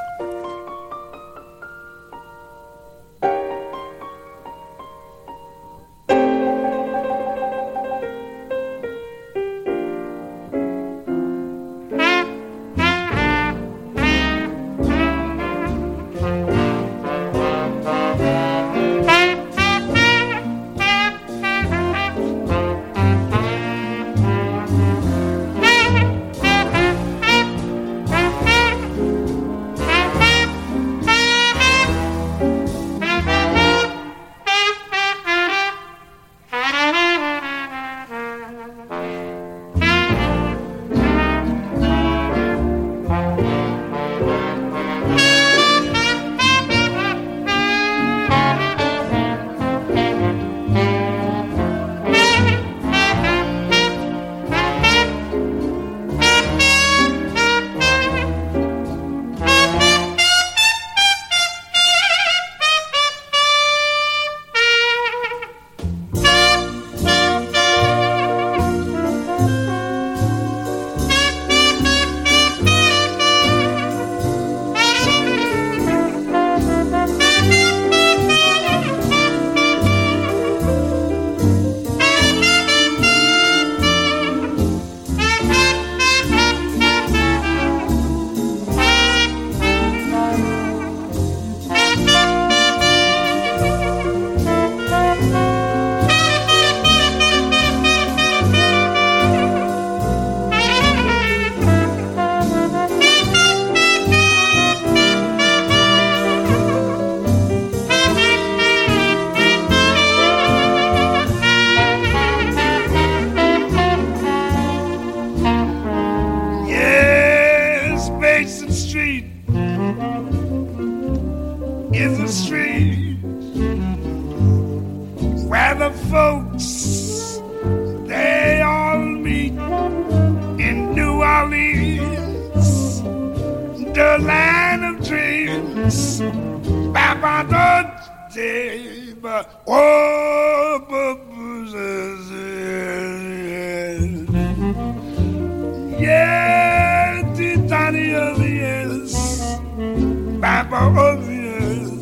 Oh, about others.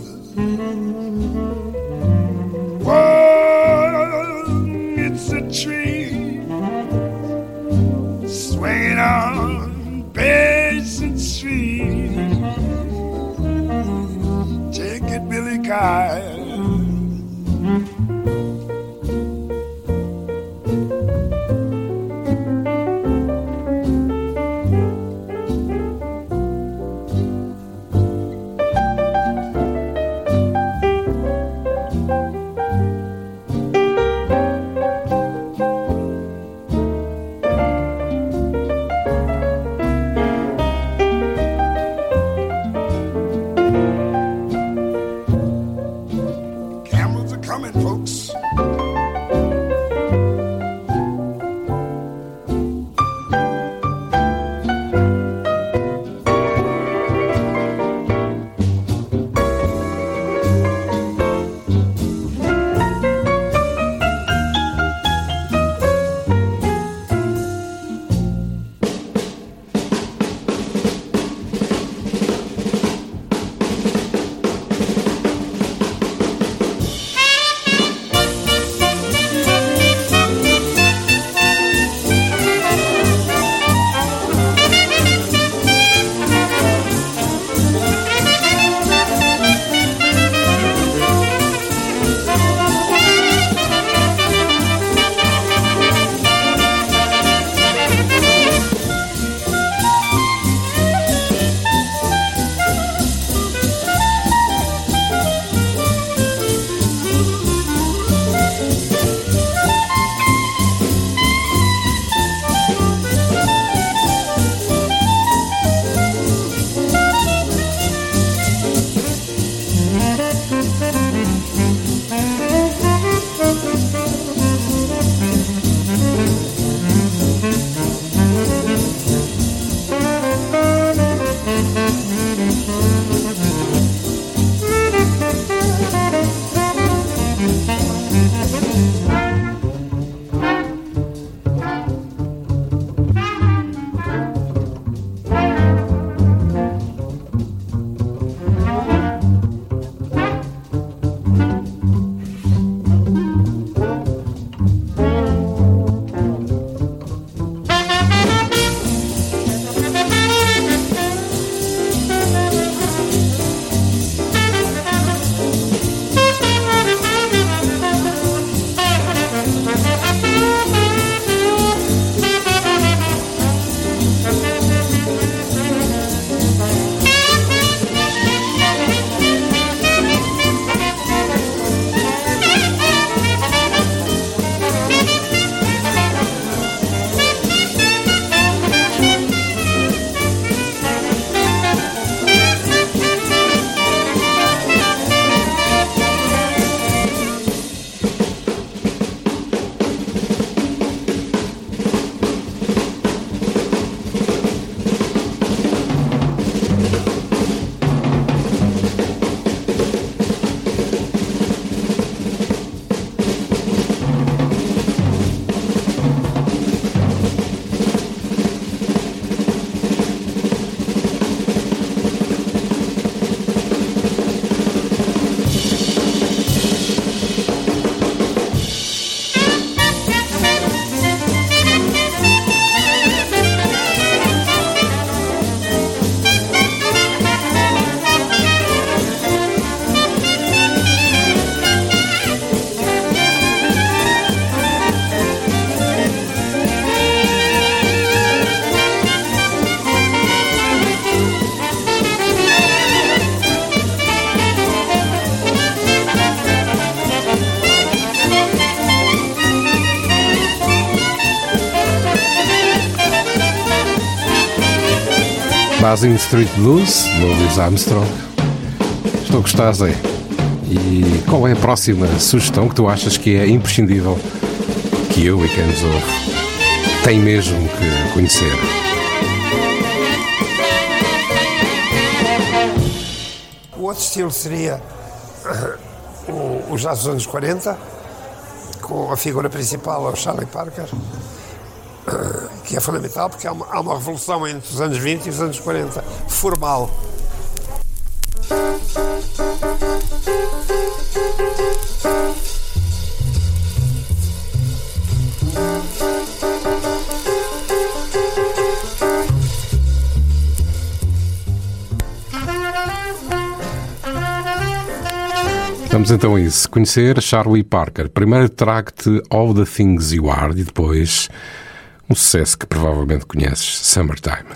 One, it's a tree swinging on Basin Street. Take it, Billy Kyle. Buzzing Street Blues, Louis Armstrong. Estou a gostar, Zé. E qual é a próxima sugestão que tu achas que é imprescindível que eu e quem nos ouve tem mesmo que conhecer? O outro estilo seria o, o jazz dos anos quarenta, com a figura principal, o Charlie Parker, que é fundamental porque há uma, há uma revolução entre os anos vinte e os anos quarenta, formal. Vamos então a isso, conhecer Charlie Parker. Primeiro trago-te All the Things You Are e depois um sucesso que provavelmente conheces, Summertime.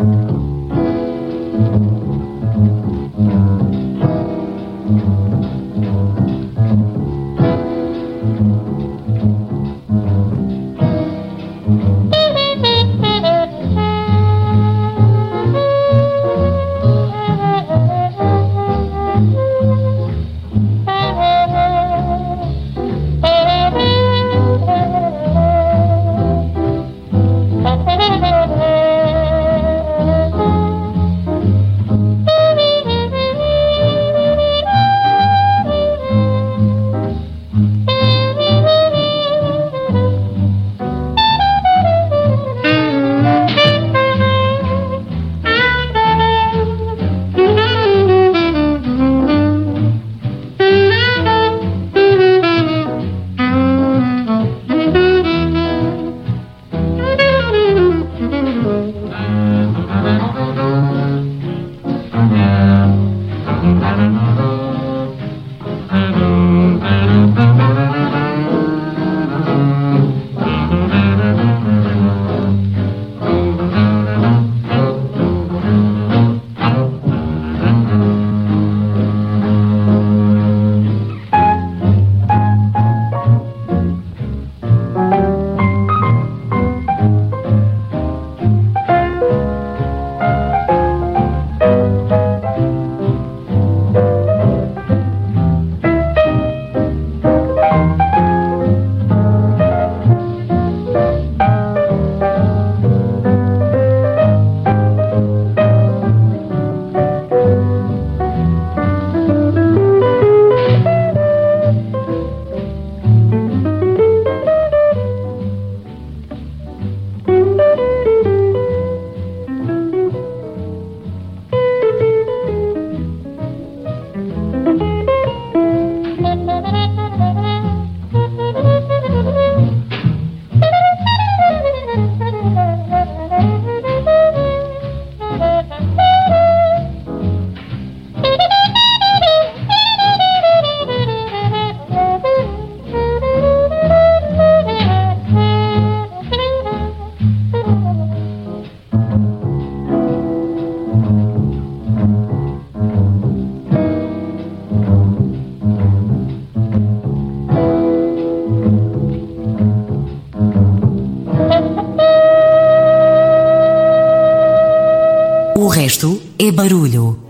O resto é barulho.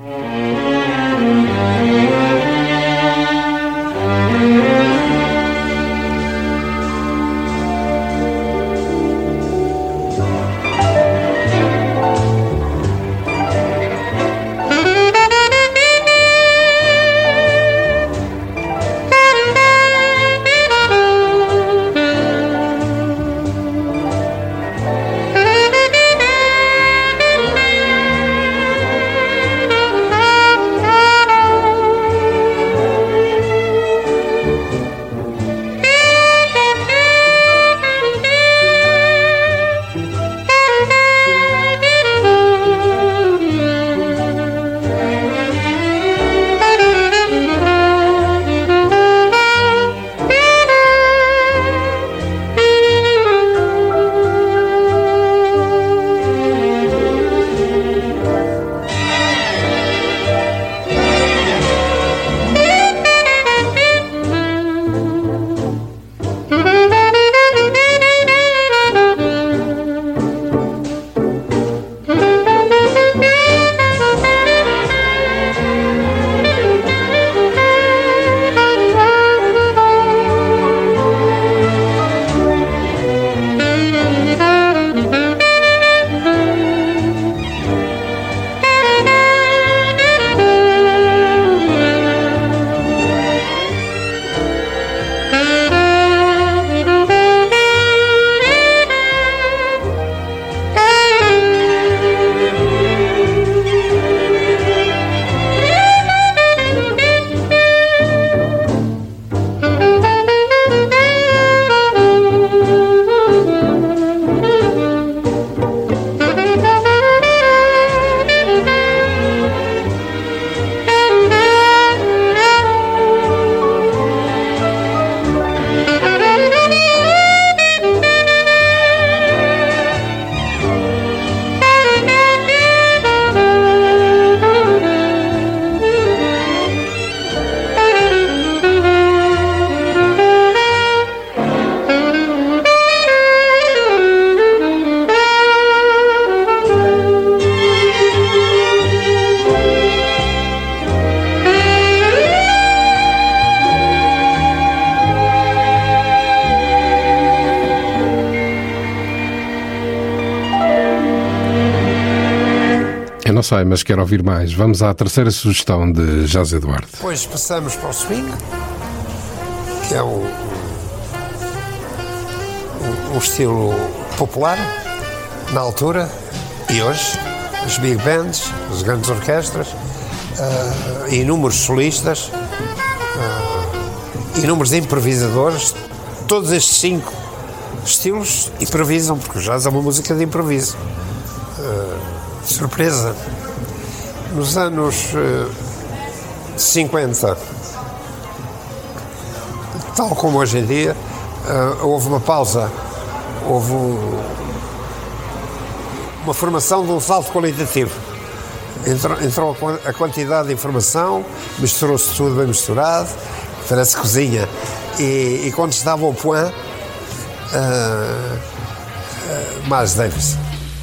Thank you. sei, mas quero ouvir mais. Vamos à terceira sugestão de José Eduardo. Depois passamos para o swing, que é um, um, um estilo popular na altura e hoje. As big bands, as grandes orquestras, uh, inúmeros solistas, uh, inúmeros improvisadores. Todos estes cinco estilos improvisam, porque o jazz é uma música de improviso. Uh, surpresa. Nos anos uh, cinquenta, tal como hoje em dia, uh, houve uma pausa, houve um, uma formação de um salto qualitativo. Entrou, entrou a quantidade de informação, misturou-se tudo bem misturado, parece cozinha. E, e quando estava ao point, uh, uh, Miles Davis.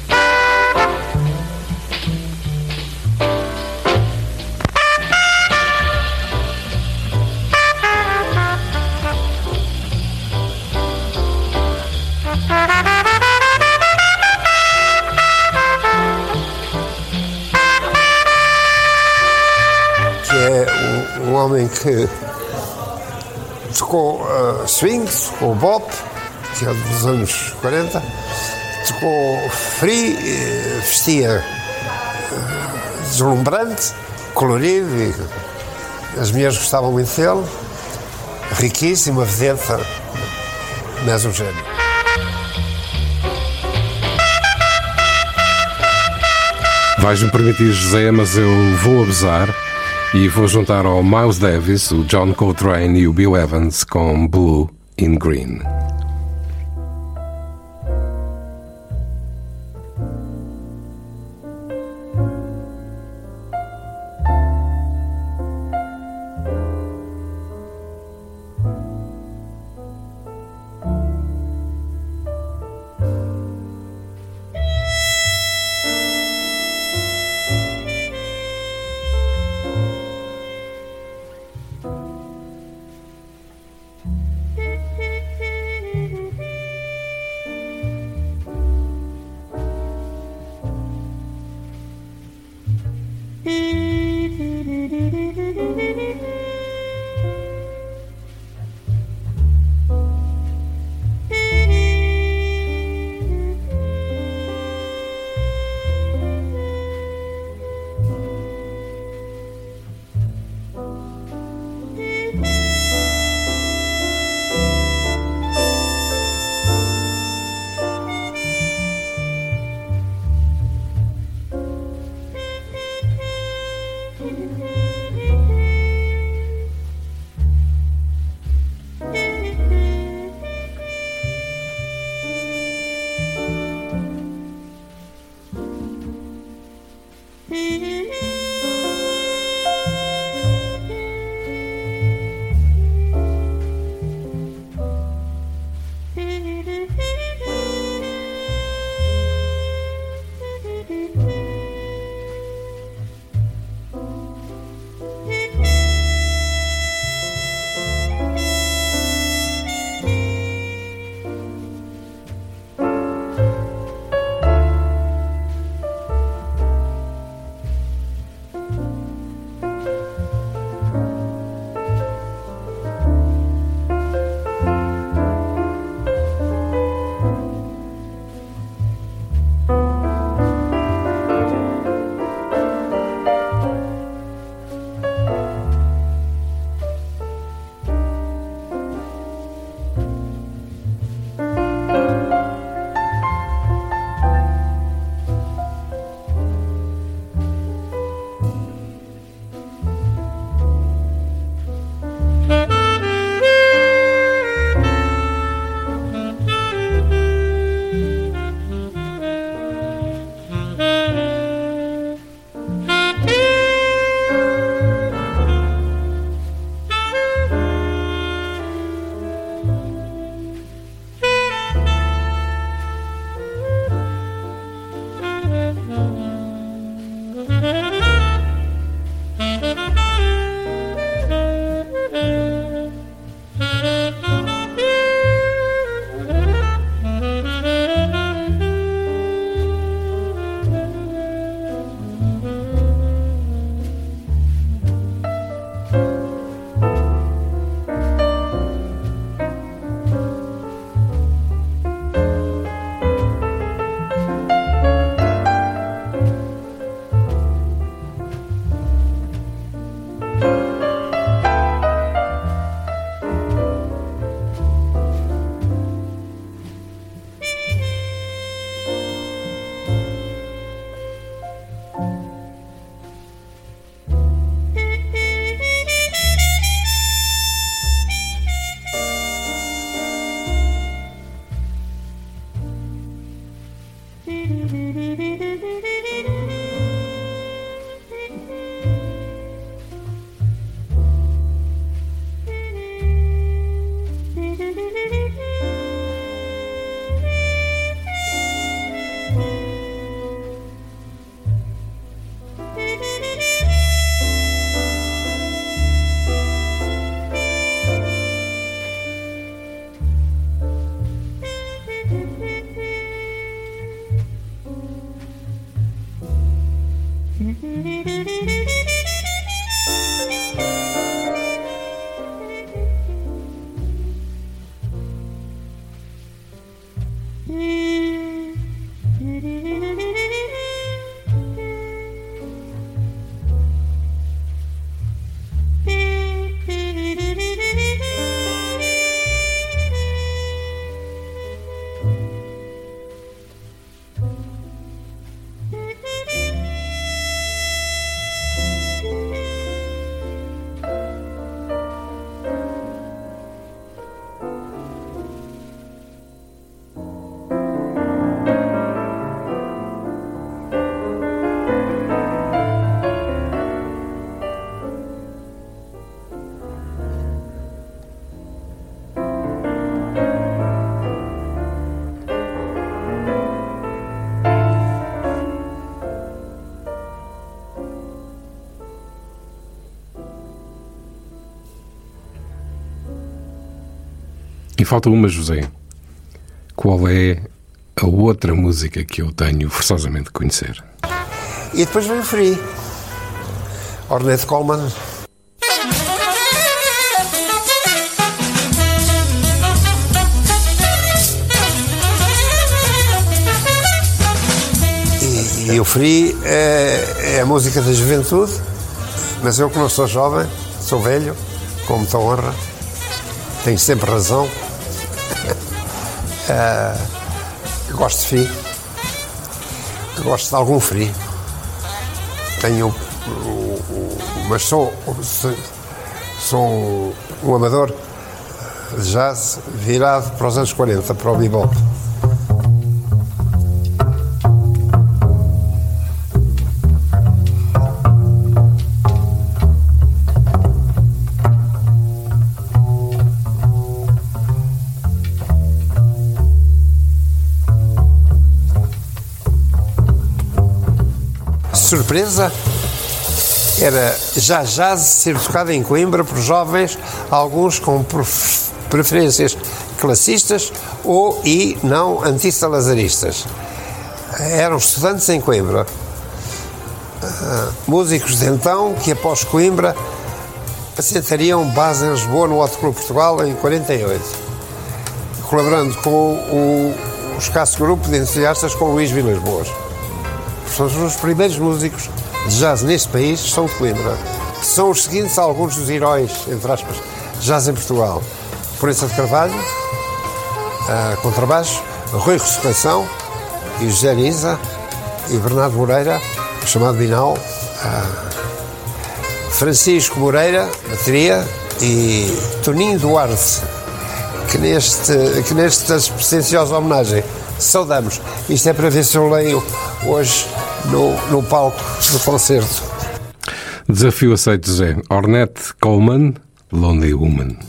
Um homem que tocou uh, swing, tocou bop, que é dos anos quarenta, tocou free, uh, vestia uh, deslumbrante, colorido, e as mulheres gostavam muito dele, riquíssima, vedeta, mesmo gênio. Vais-me permitir, José, mas eu vou abusar. E vou juntar ao Miles Davis, o John Coltrane e o Bill Evans com Blue in Green. E falta uma, José. Qual é a outra música que eu tenho forçosamente de conhecer? E depois vem o Free. Ornette Coleman. E, e o Free é, é a música da juventude, mas eu que não sou jovem, sou velho, com muita honra, tenho sempre razão. uh, gosto de Free, gosto de algum Free. Tenho, mas sou, sou um amador de jazz virado para os anos quarenta, para o bebop. Surpresa era já jazz ser tocado em Coimbra por jovens, alguns com preferências classistas ou e não antissalazaristas. Eram estudantes em Coimbra, uh, músicos de então que após Coimbra assentariam base em Lisboa no Hot Club Portugal em quarenta e oito, colaborando com o, o escasso grupo de entusiastas com Luís Vilas-Boas. São os primeiros músicos de jazz neste país, são de Coimbra. São os seguintes a alguns dos heróis, entre aspas, jazz em Portugal. Florença de Carvalho, uh, contrabaixo, Rui Ressurreição, e José Nisa, e Bernardo Moreira, chamado Binal, uh, Francisco Moreira, bateria, e Toninho Duarte, que, neste, que nesta presenciosa homenagem saudamos. Isto é para ver se eu leio hoje no, no palco do concerto. Desafio aceito, Zé. Ornette Coleman, Lonely Woman.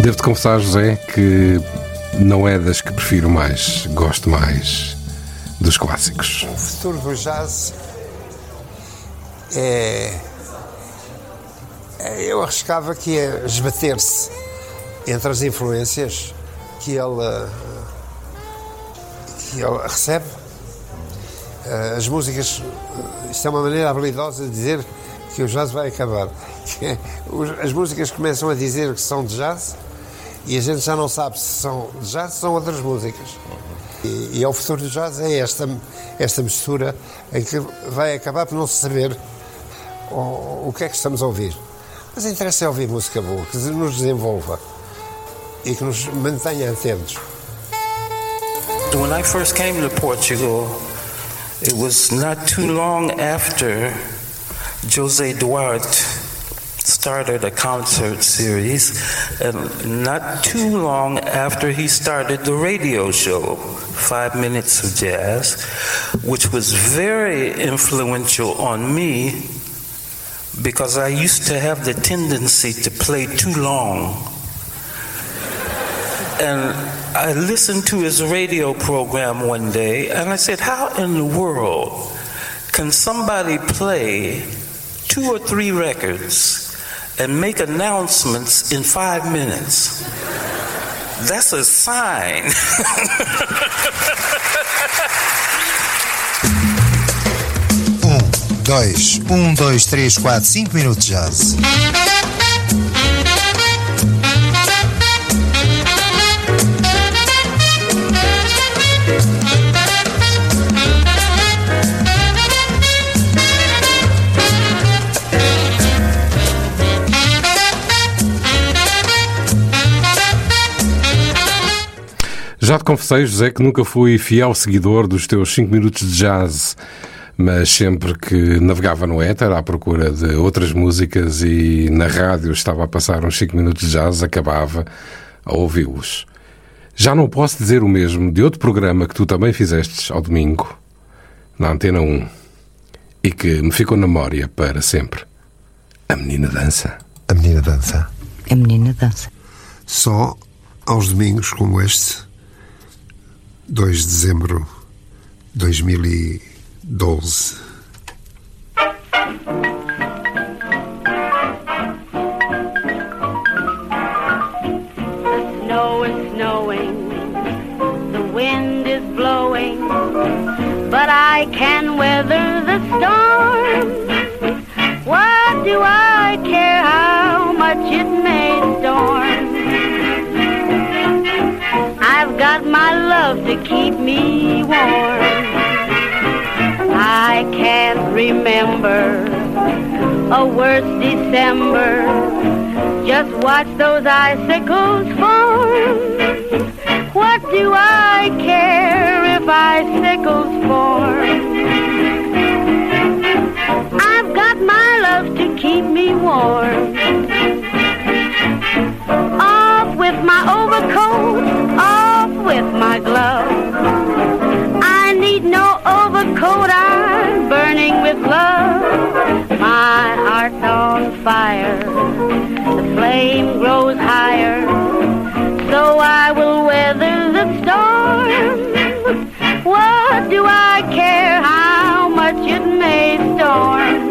Devo-te confessar, José, que não é das que prefiro mais. Gosto mais dos clássicos. O futuro do jazz é... é eu arriscava que ia esbater-se entre as influências que ele, que ele recebe. As músicas... Isto é uma maneira habilidosa de dizer que o jazz vai acabar. As músicas começam a dizer que são de jazz e a gente já não sabe se são de jazz ou são outras músicas. E, e ao futuro do jazz é esta, esta mistura em que vai acabar por não se saber o, o que é que estamos a ouvir. Mas interessa é ouvir música boa, que nos desenvolva e que nos mantenha atentos. When I first came to Portugal, it was not too long after José Duarte started a concert series, and not too long after he started the radio show, Five Minutes of Jazz, which was very influential on me because I used to have the tendency to play too long. And I listened to his radio program one day, and I said, how in the world can somebody play two or three records and make announcements in five minutes? That's a sign. Um, dois, um, dois, três, quatro, cinco minutos de jazz. Já te confessei, José, que nunca fui fiel seguidor dos teus cinco minutos de jazz, mas sempre que navegava no éter à procura de outras músicas e na rádio estava a passar uns cinco minutos de jazz, acabava a ouvi-los. Já não posso dizer o mesmo de outro programa que tu também fizestes ao domingo, na Antena um, e que me ficou na memória para sempre. A Menina Dança. A Menina Dança. A Menina Dança. Só aos domingos como este, dois de dezembro de dois mil e doze. The snow is snowing, the wind is blowing, but I can weather the storm. What do I care how much it may storm? I've got my love to keep me warm. I can't remember a worse December. Just watch those icicles form. What do I care if icicles form? I've got my love to keep me warm. Off with my overcoat, off with my gloves. I need no overcoat, I'm burning with love. My heart's on fire, the flame grows higher, so I will weather the storm. What do I care how much it may storm?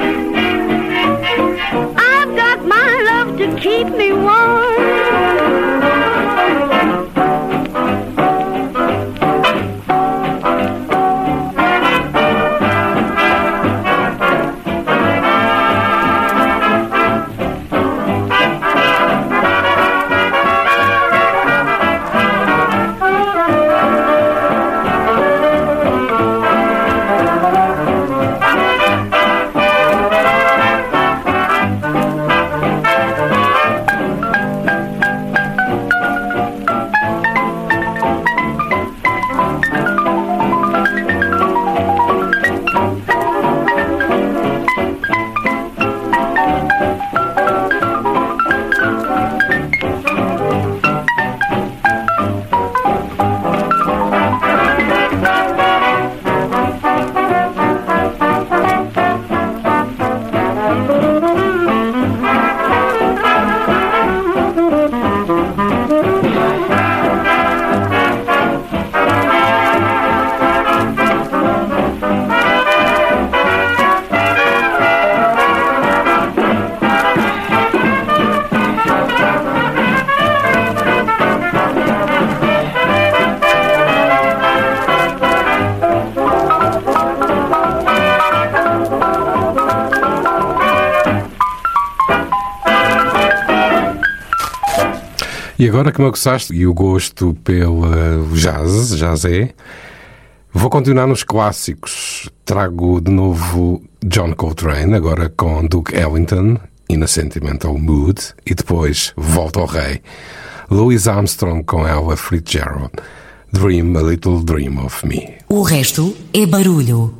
I've got my love to keep me warm. E agora que me gostaste e o gosto pelo jazz, jazz é, vou continuar nos clássicos. Trago de novo John Coltrane, agora com Duke Ellington, In a Sentimental Mood, e depois volto ao rei. Louis Armstrong com Ella Fitzgerald, Dream a Little Dream of Me. O resto é barulho.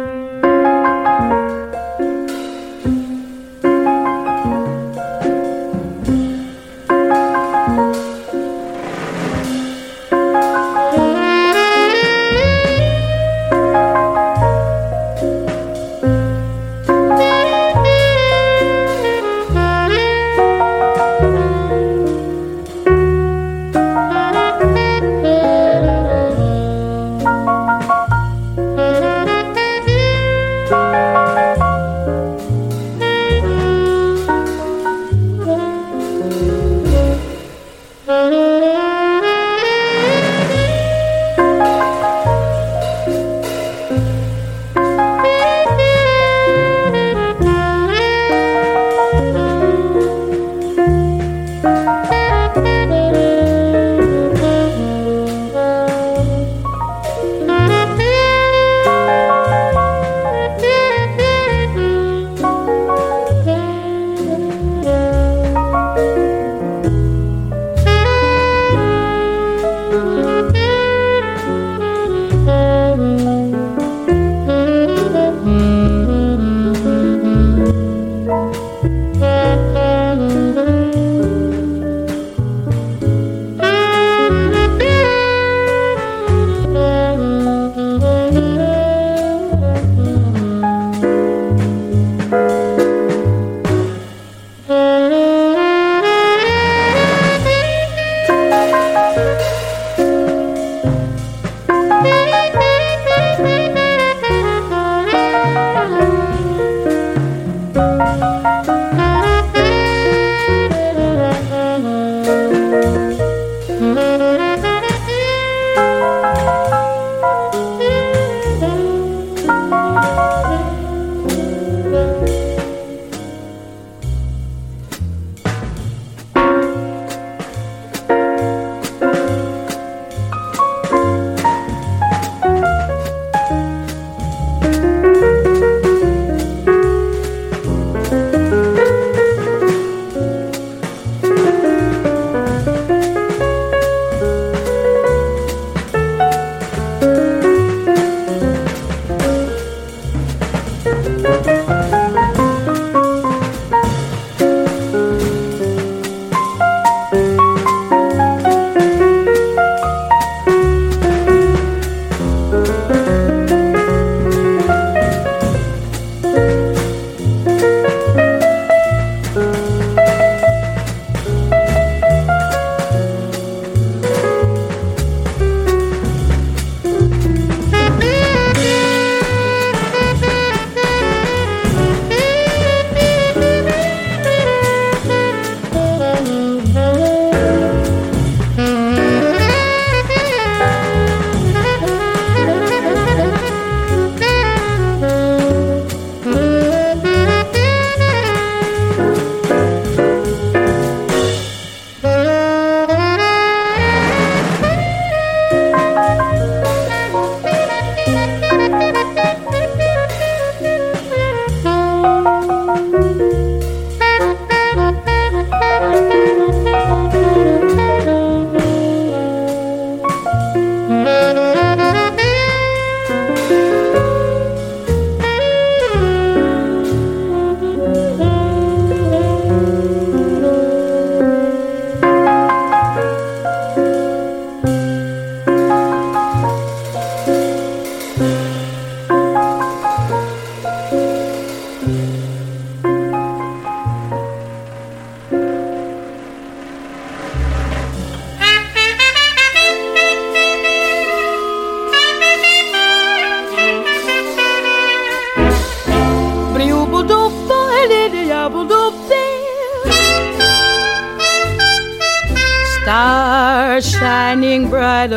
Stars shining bright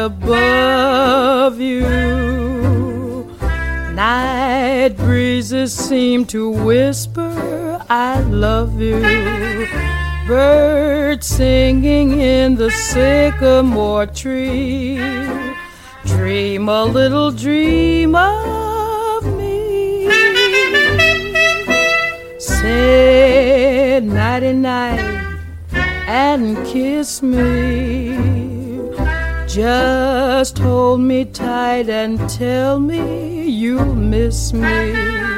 above you. Night breezes seem to whisper, I love you. birds singing in the sycamore tree. Dream a little dream of me. Say nighty night and kiss me. Just hold me tight and tell me you'll miss me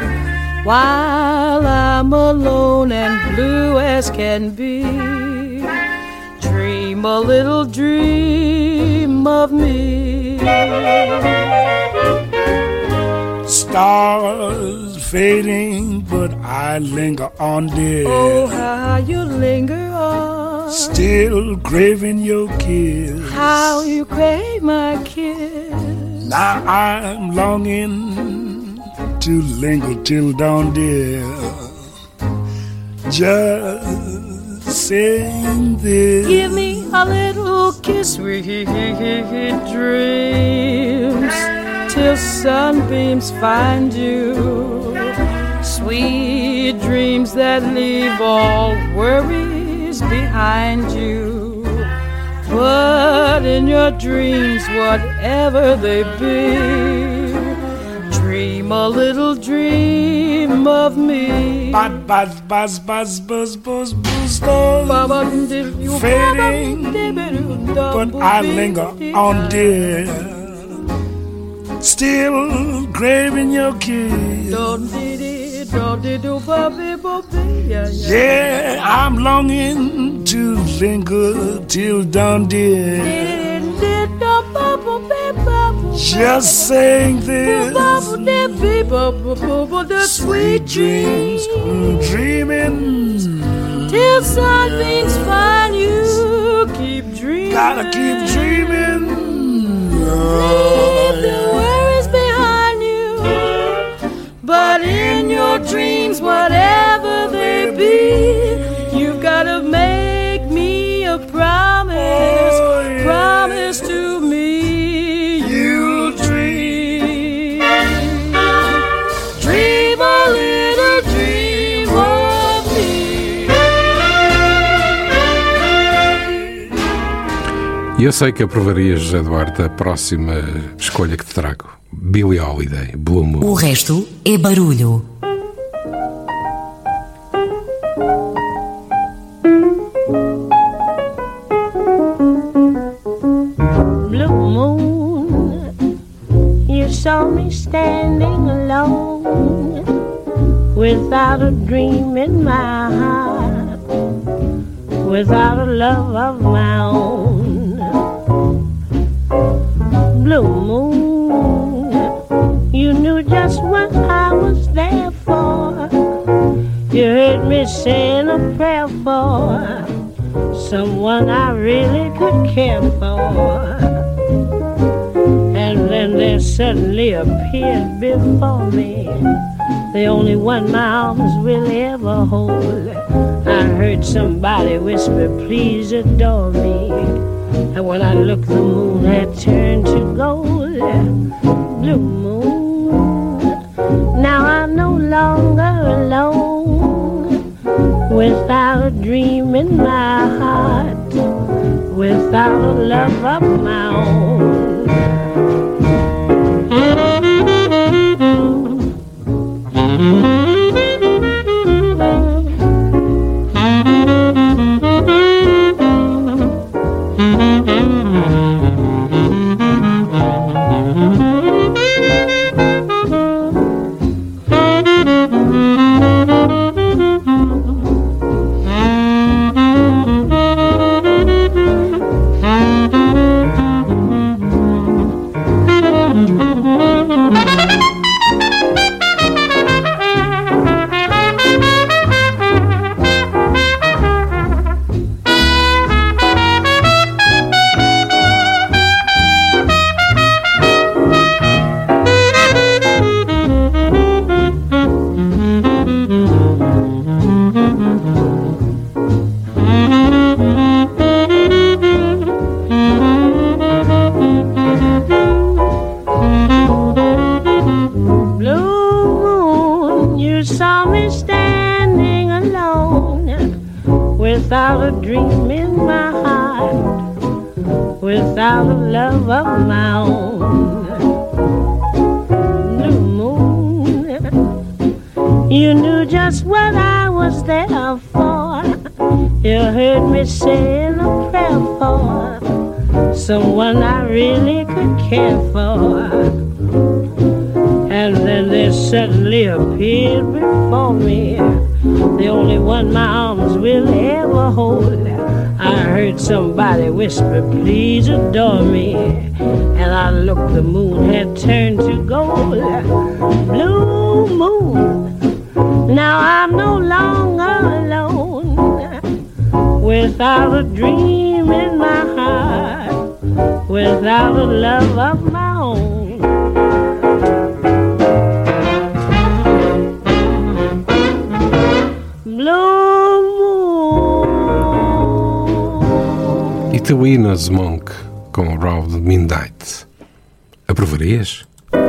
while I'm alone and blue as can be. Dream a little dream of me. Stars fading, but I linger on, dear. Oh, how you linger on. Still craving your kiss. How you crave my kiss. Now I'm longing to linger till dawn, dear. Just saying this. Give me a little kiss, sweet dreams, till sunbeams find you. Sweet dreams that leave all worries behind you. But in your dreams, whatever they be, dream a little dream of me. Buzz, buzz, buzz, buzz, buzz, buzz, buzz, fading, but I linger on, dear. Still craving your kiss. Yeah, I'm longing to linger till dawn, dear. Just saying this. Sweet dreams, dreaming till sunbeams find you. Keep dreaming. Gotta keep dreaming. Leave the worries behind you. But in your dreams, whatever they be, you've gotta make me a promise. Oh, yeah. Promise to me you'll dream. Dream a little dream of me. E eu sei que aprovarias, Eduardo, a próxima escolha que te trago. Billie Holiday, Blue Moon. O resto é barulho. Blue moon, you saw me standing alone, without a dream in my heart, without a love of my own. Blue moon, you knew just what I was there for. You heard me saying a prayer for someone I really could care for. And then there suddenly appeared before me the only one my arms will ever hold. I heard somebody whisper, please adore me. And when I looked, the moon had turned to gold. Blue moon, now I'm no longer alone, without a dream in my heart, without a love of my own. a dream in my heart, without a love of my own. Blue moon, you knew just what I was there for. You heard me saying a prayer for someone I really could care for. And then there suddenly appeared before me, the only one my arms will ever hold. I heard somebody whisper, please adore me. And I looked, the moon had turned to gold. Blue moon, now I'm no longer alone, without a dream in my heart, without a love of my own. Itaúnas Monk com Round Midnight. Aprovarias?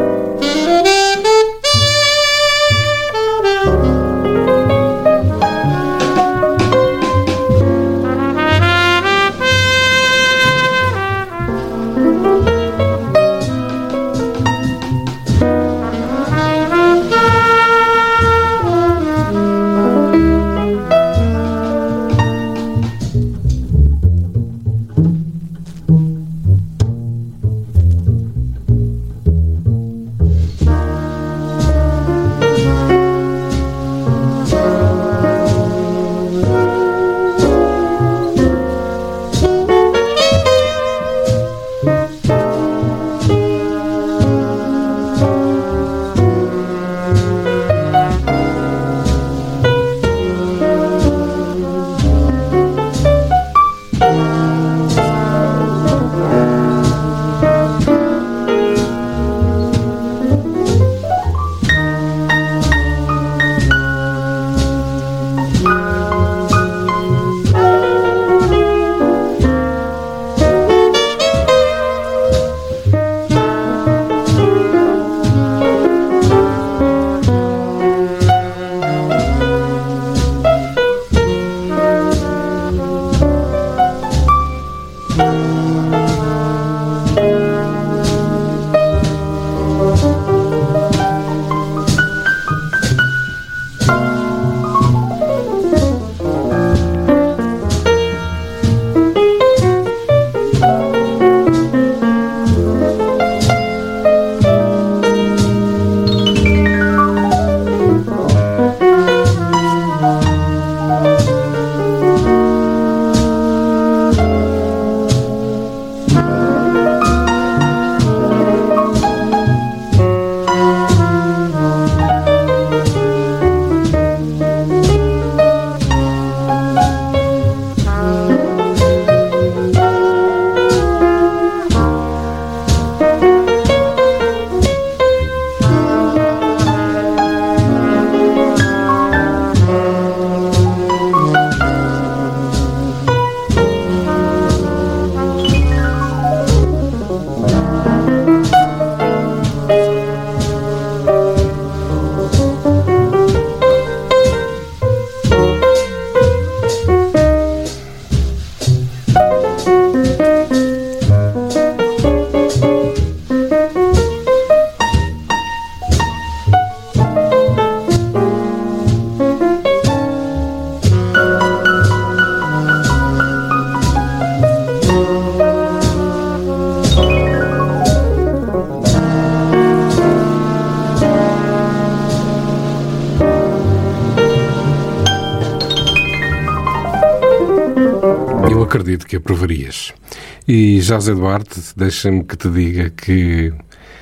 Acredito que aprovarias. E José Duarte, deixa-me que te diga que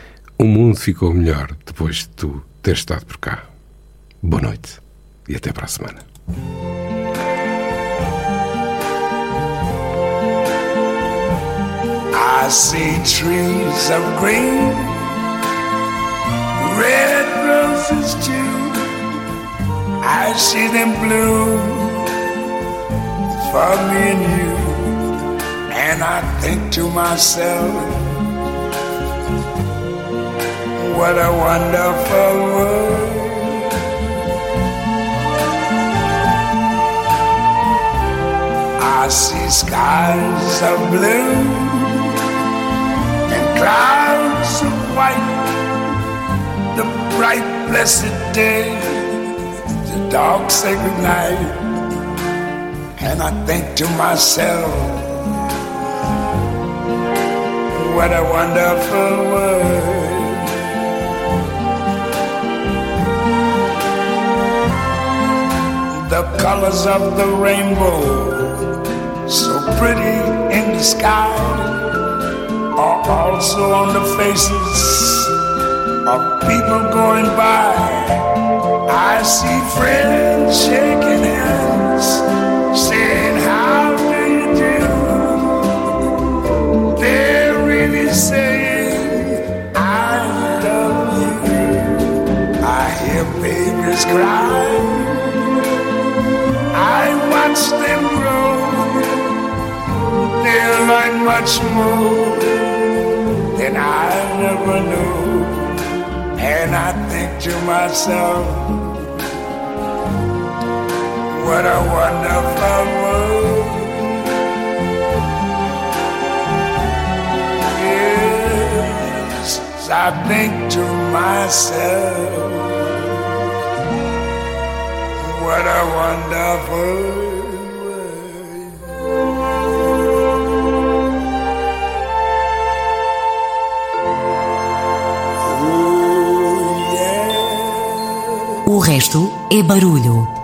o mundo ficou melhor depois de tu teres estado por cá. Boa noite e até para a semana. I see trees of green, red roses too. I see them bloom for me and you. And I think to myself, what a wonderful world. I I see skies of blue and clouds of white, the bright blessed day, the dark sacred night. And I think to myself, what a wonderful world. The colors of the rainbow, so pretty in the sky, are also on the faces of people going by. I see friends shaking hands, saying, how do you do? They're really saying, I love you. I hear babies cry, I watch them grow. They'll learn much more than I never knew. And I think to myself, what a wonderful world. Yes, I think to myself, what a wonderful world. O resto é barulho.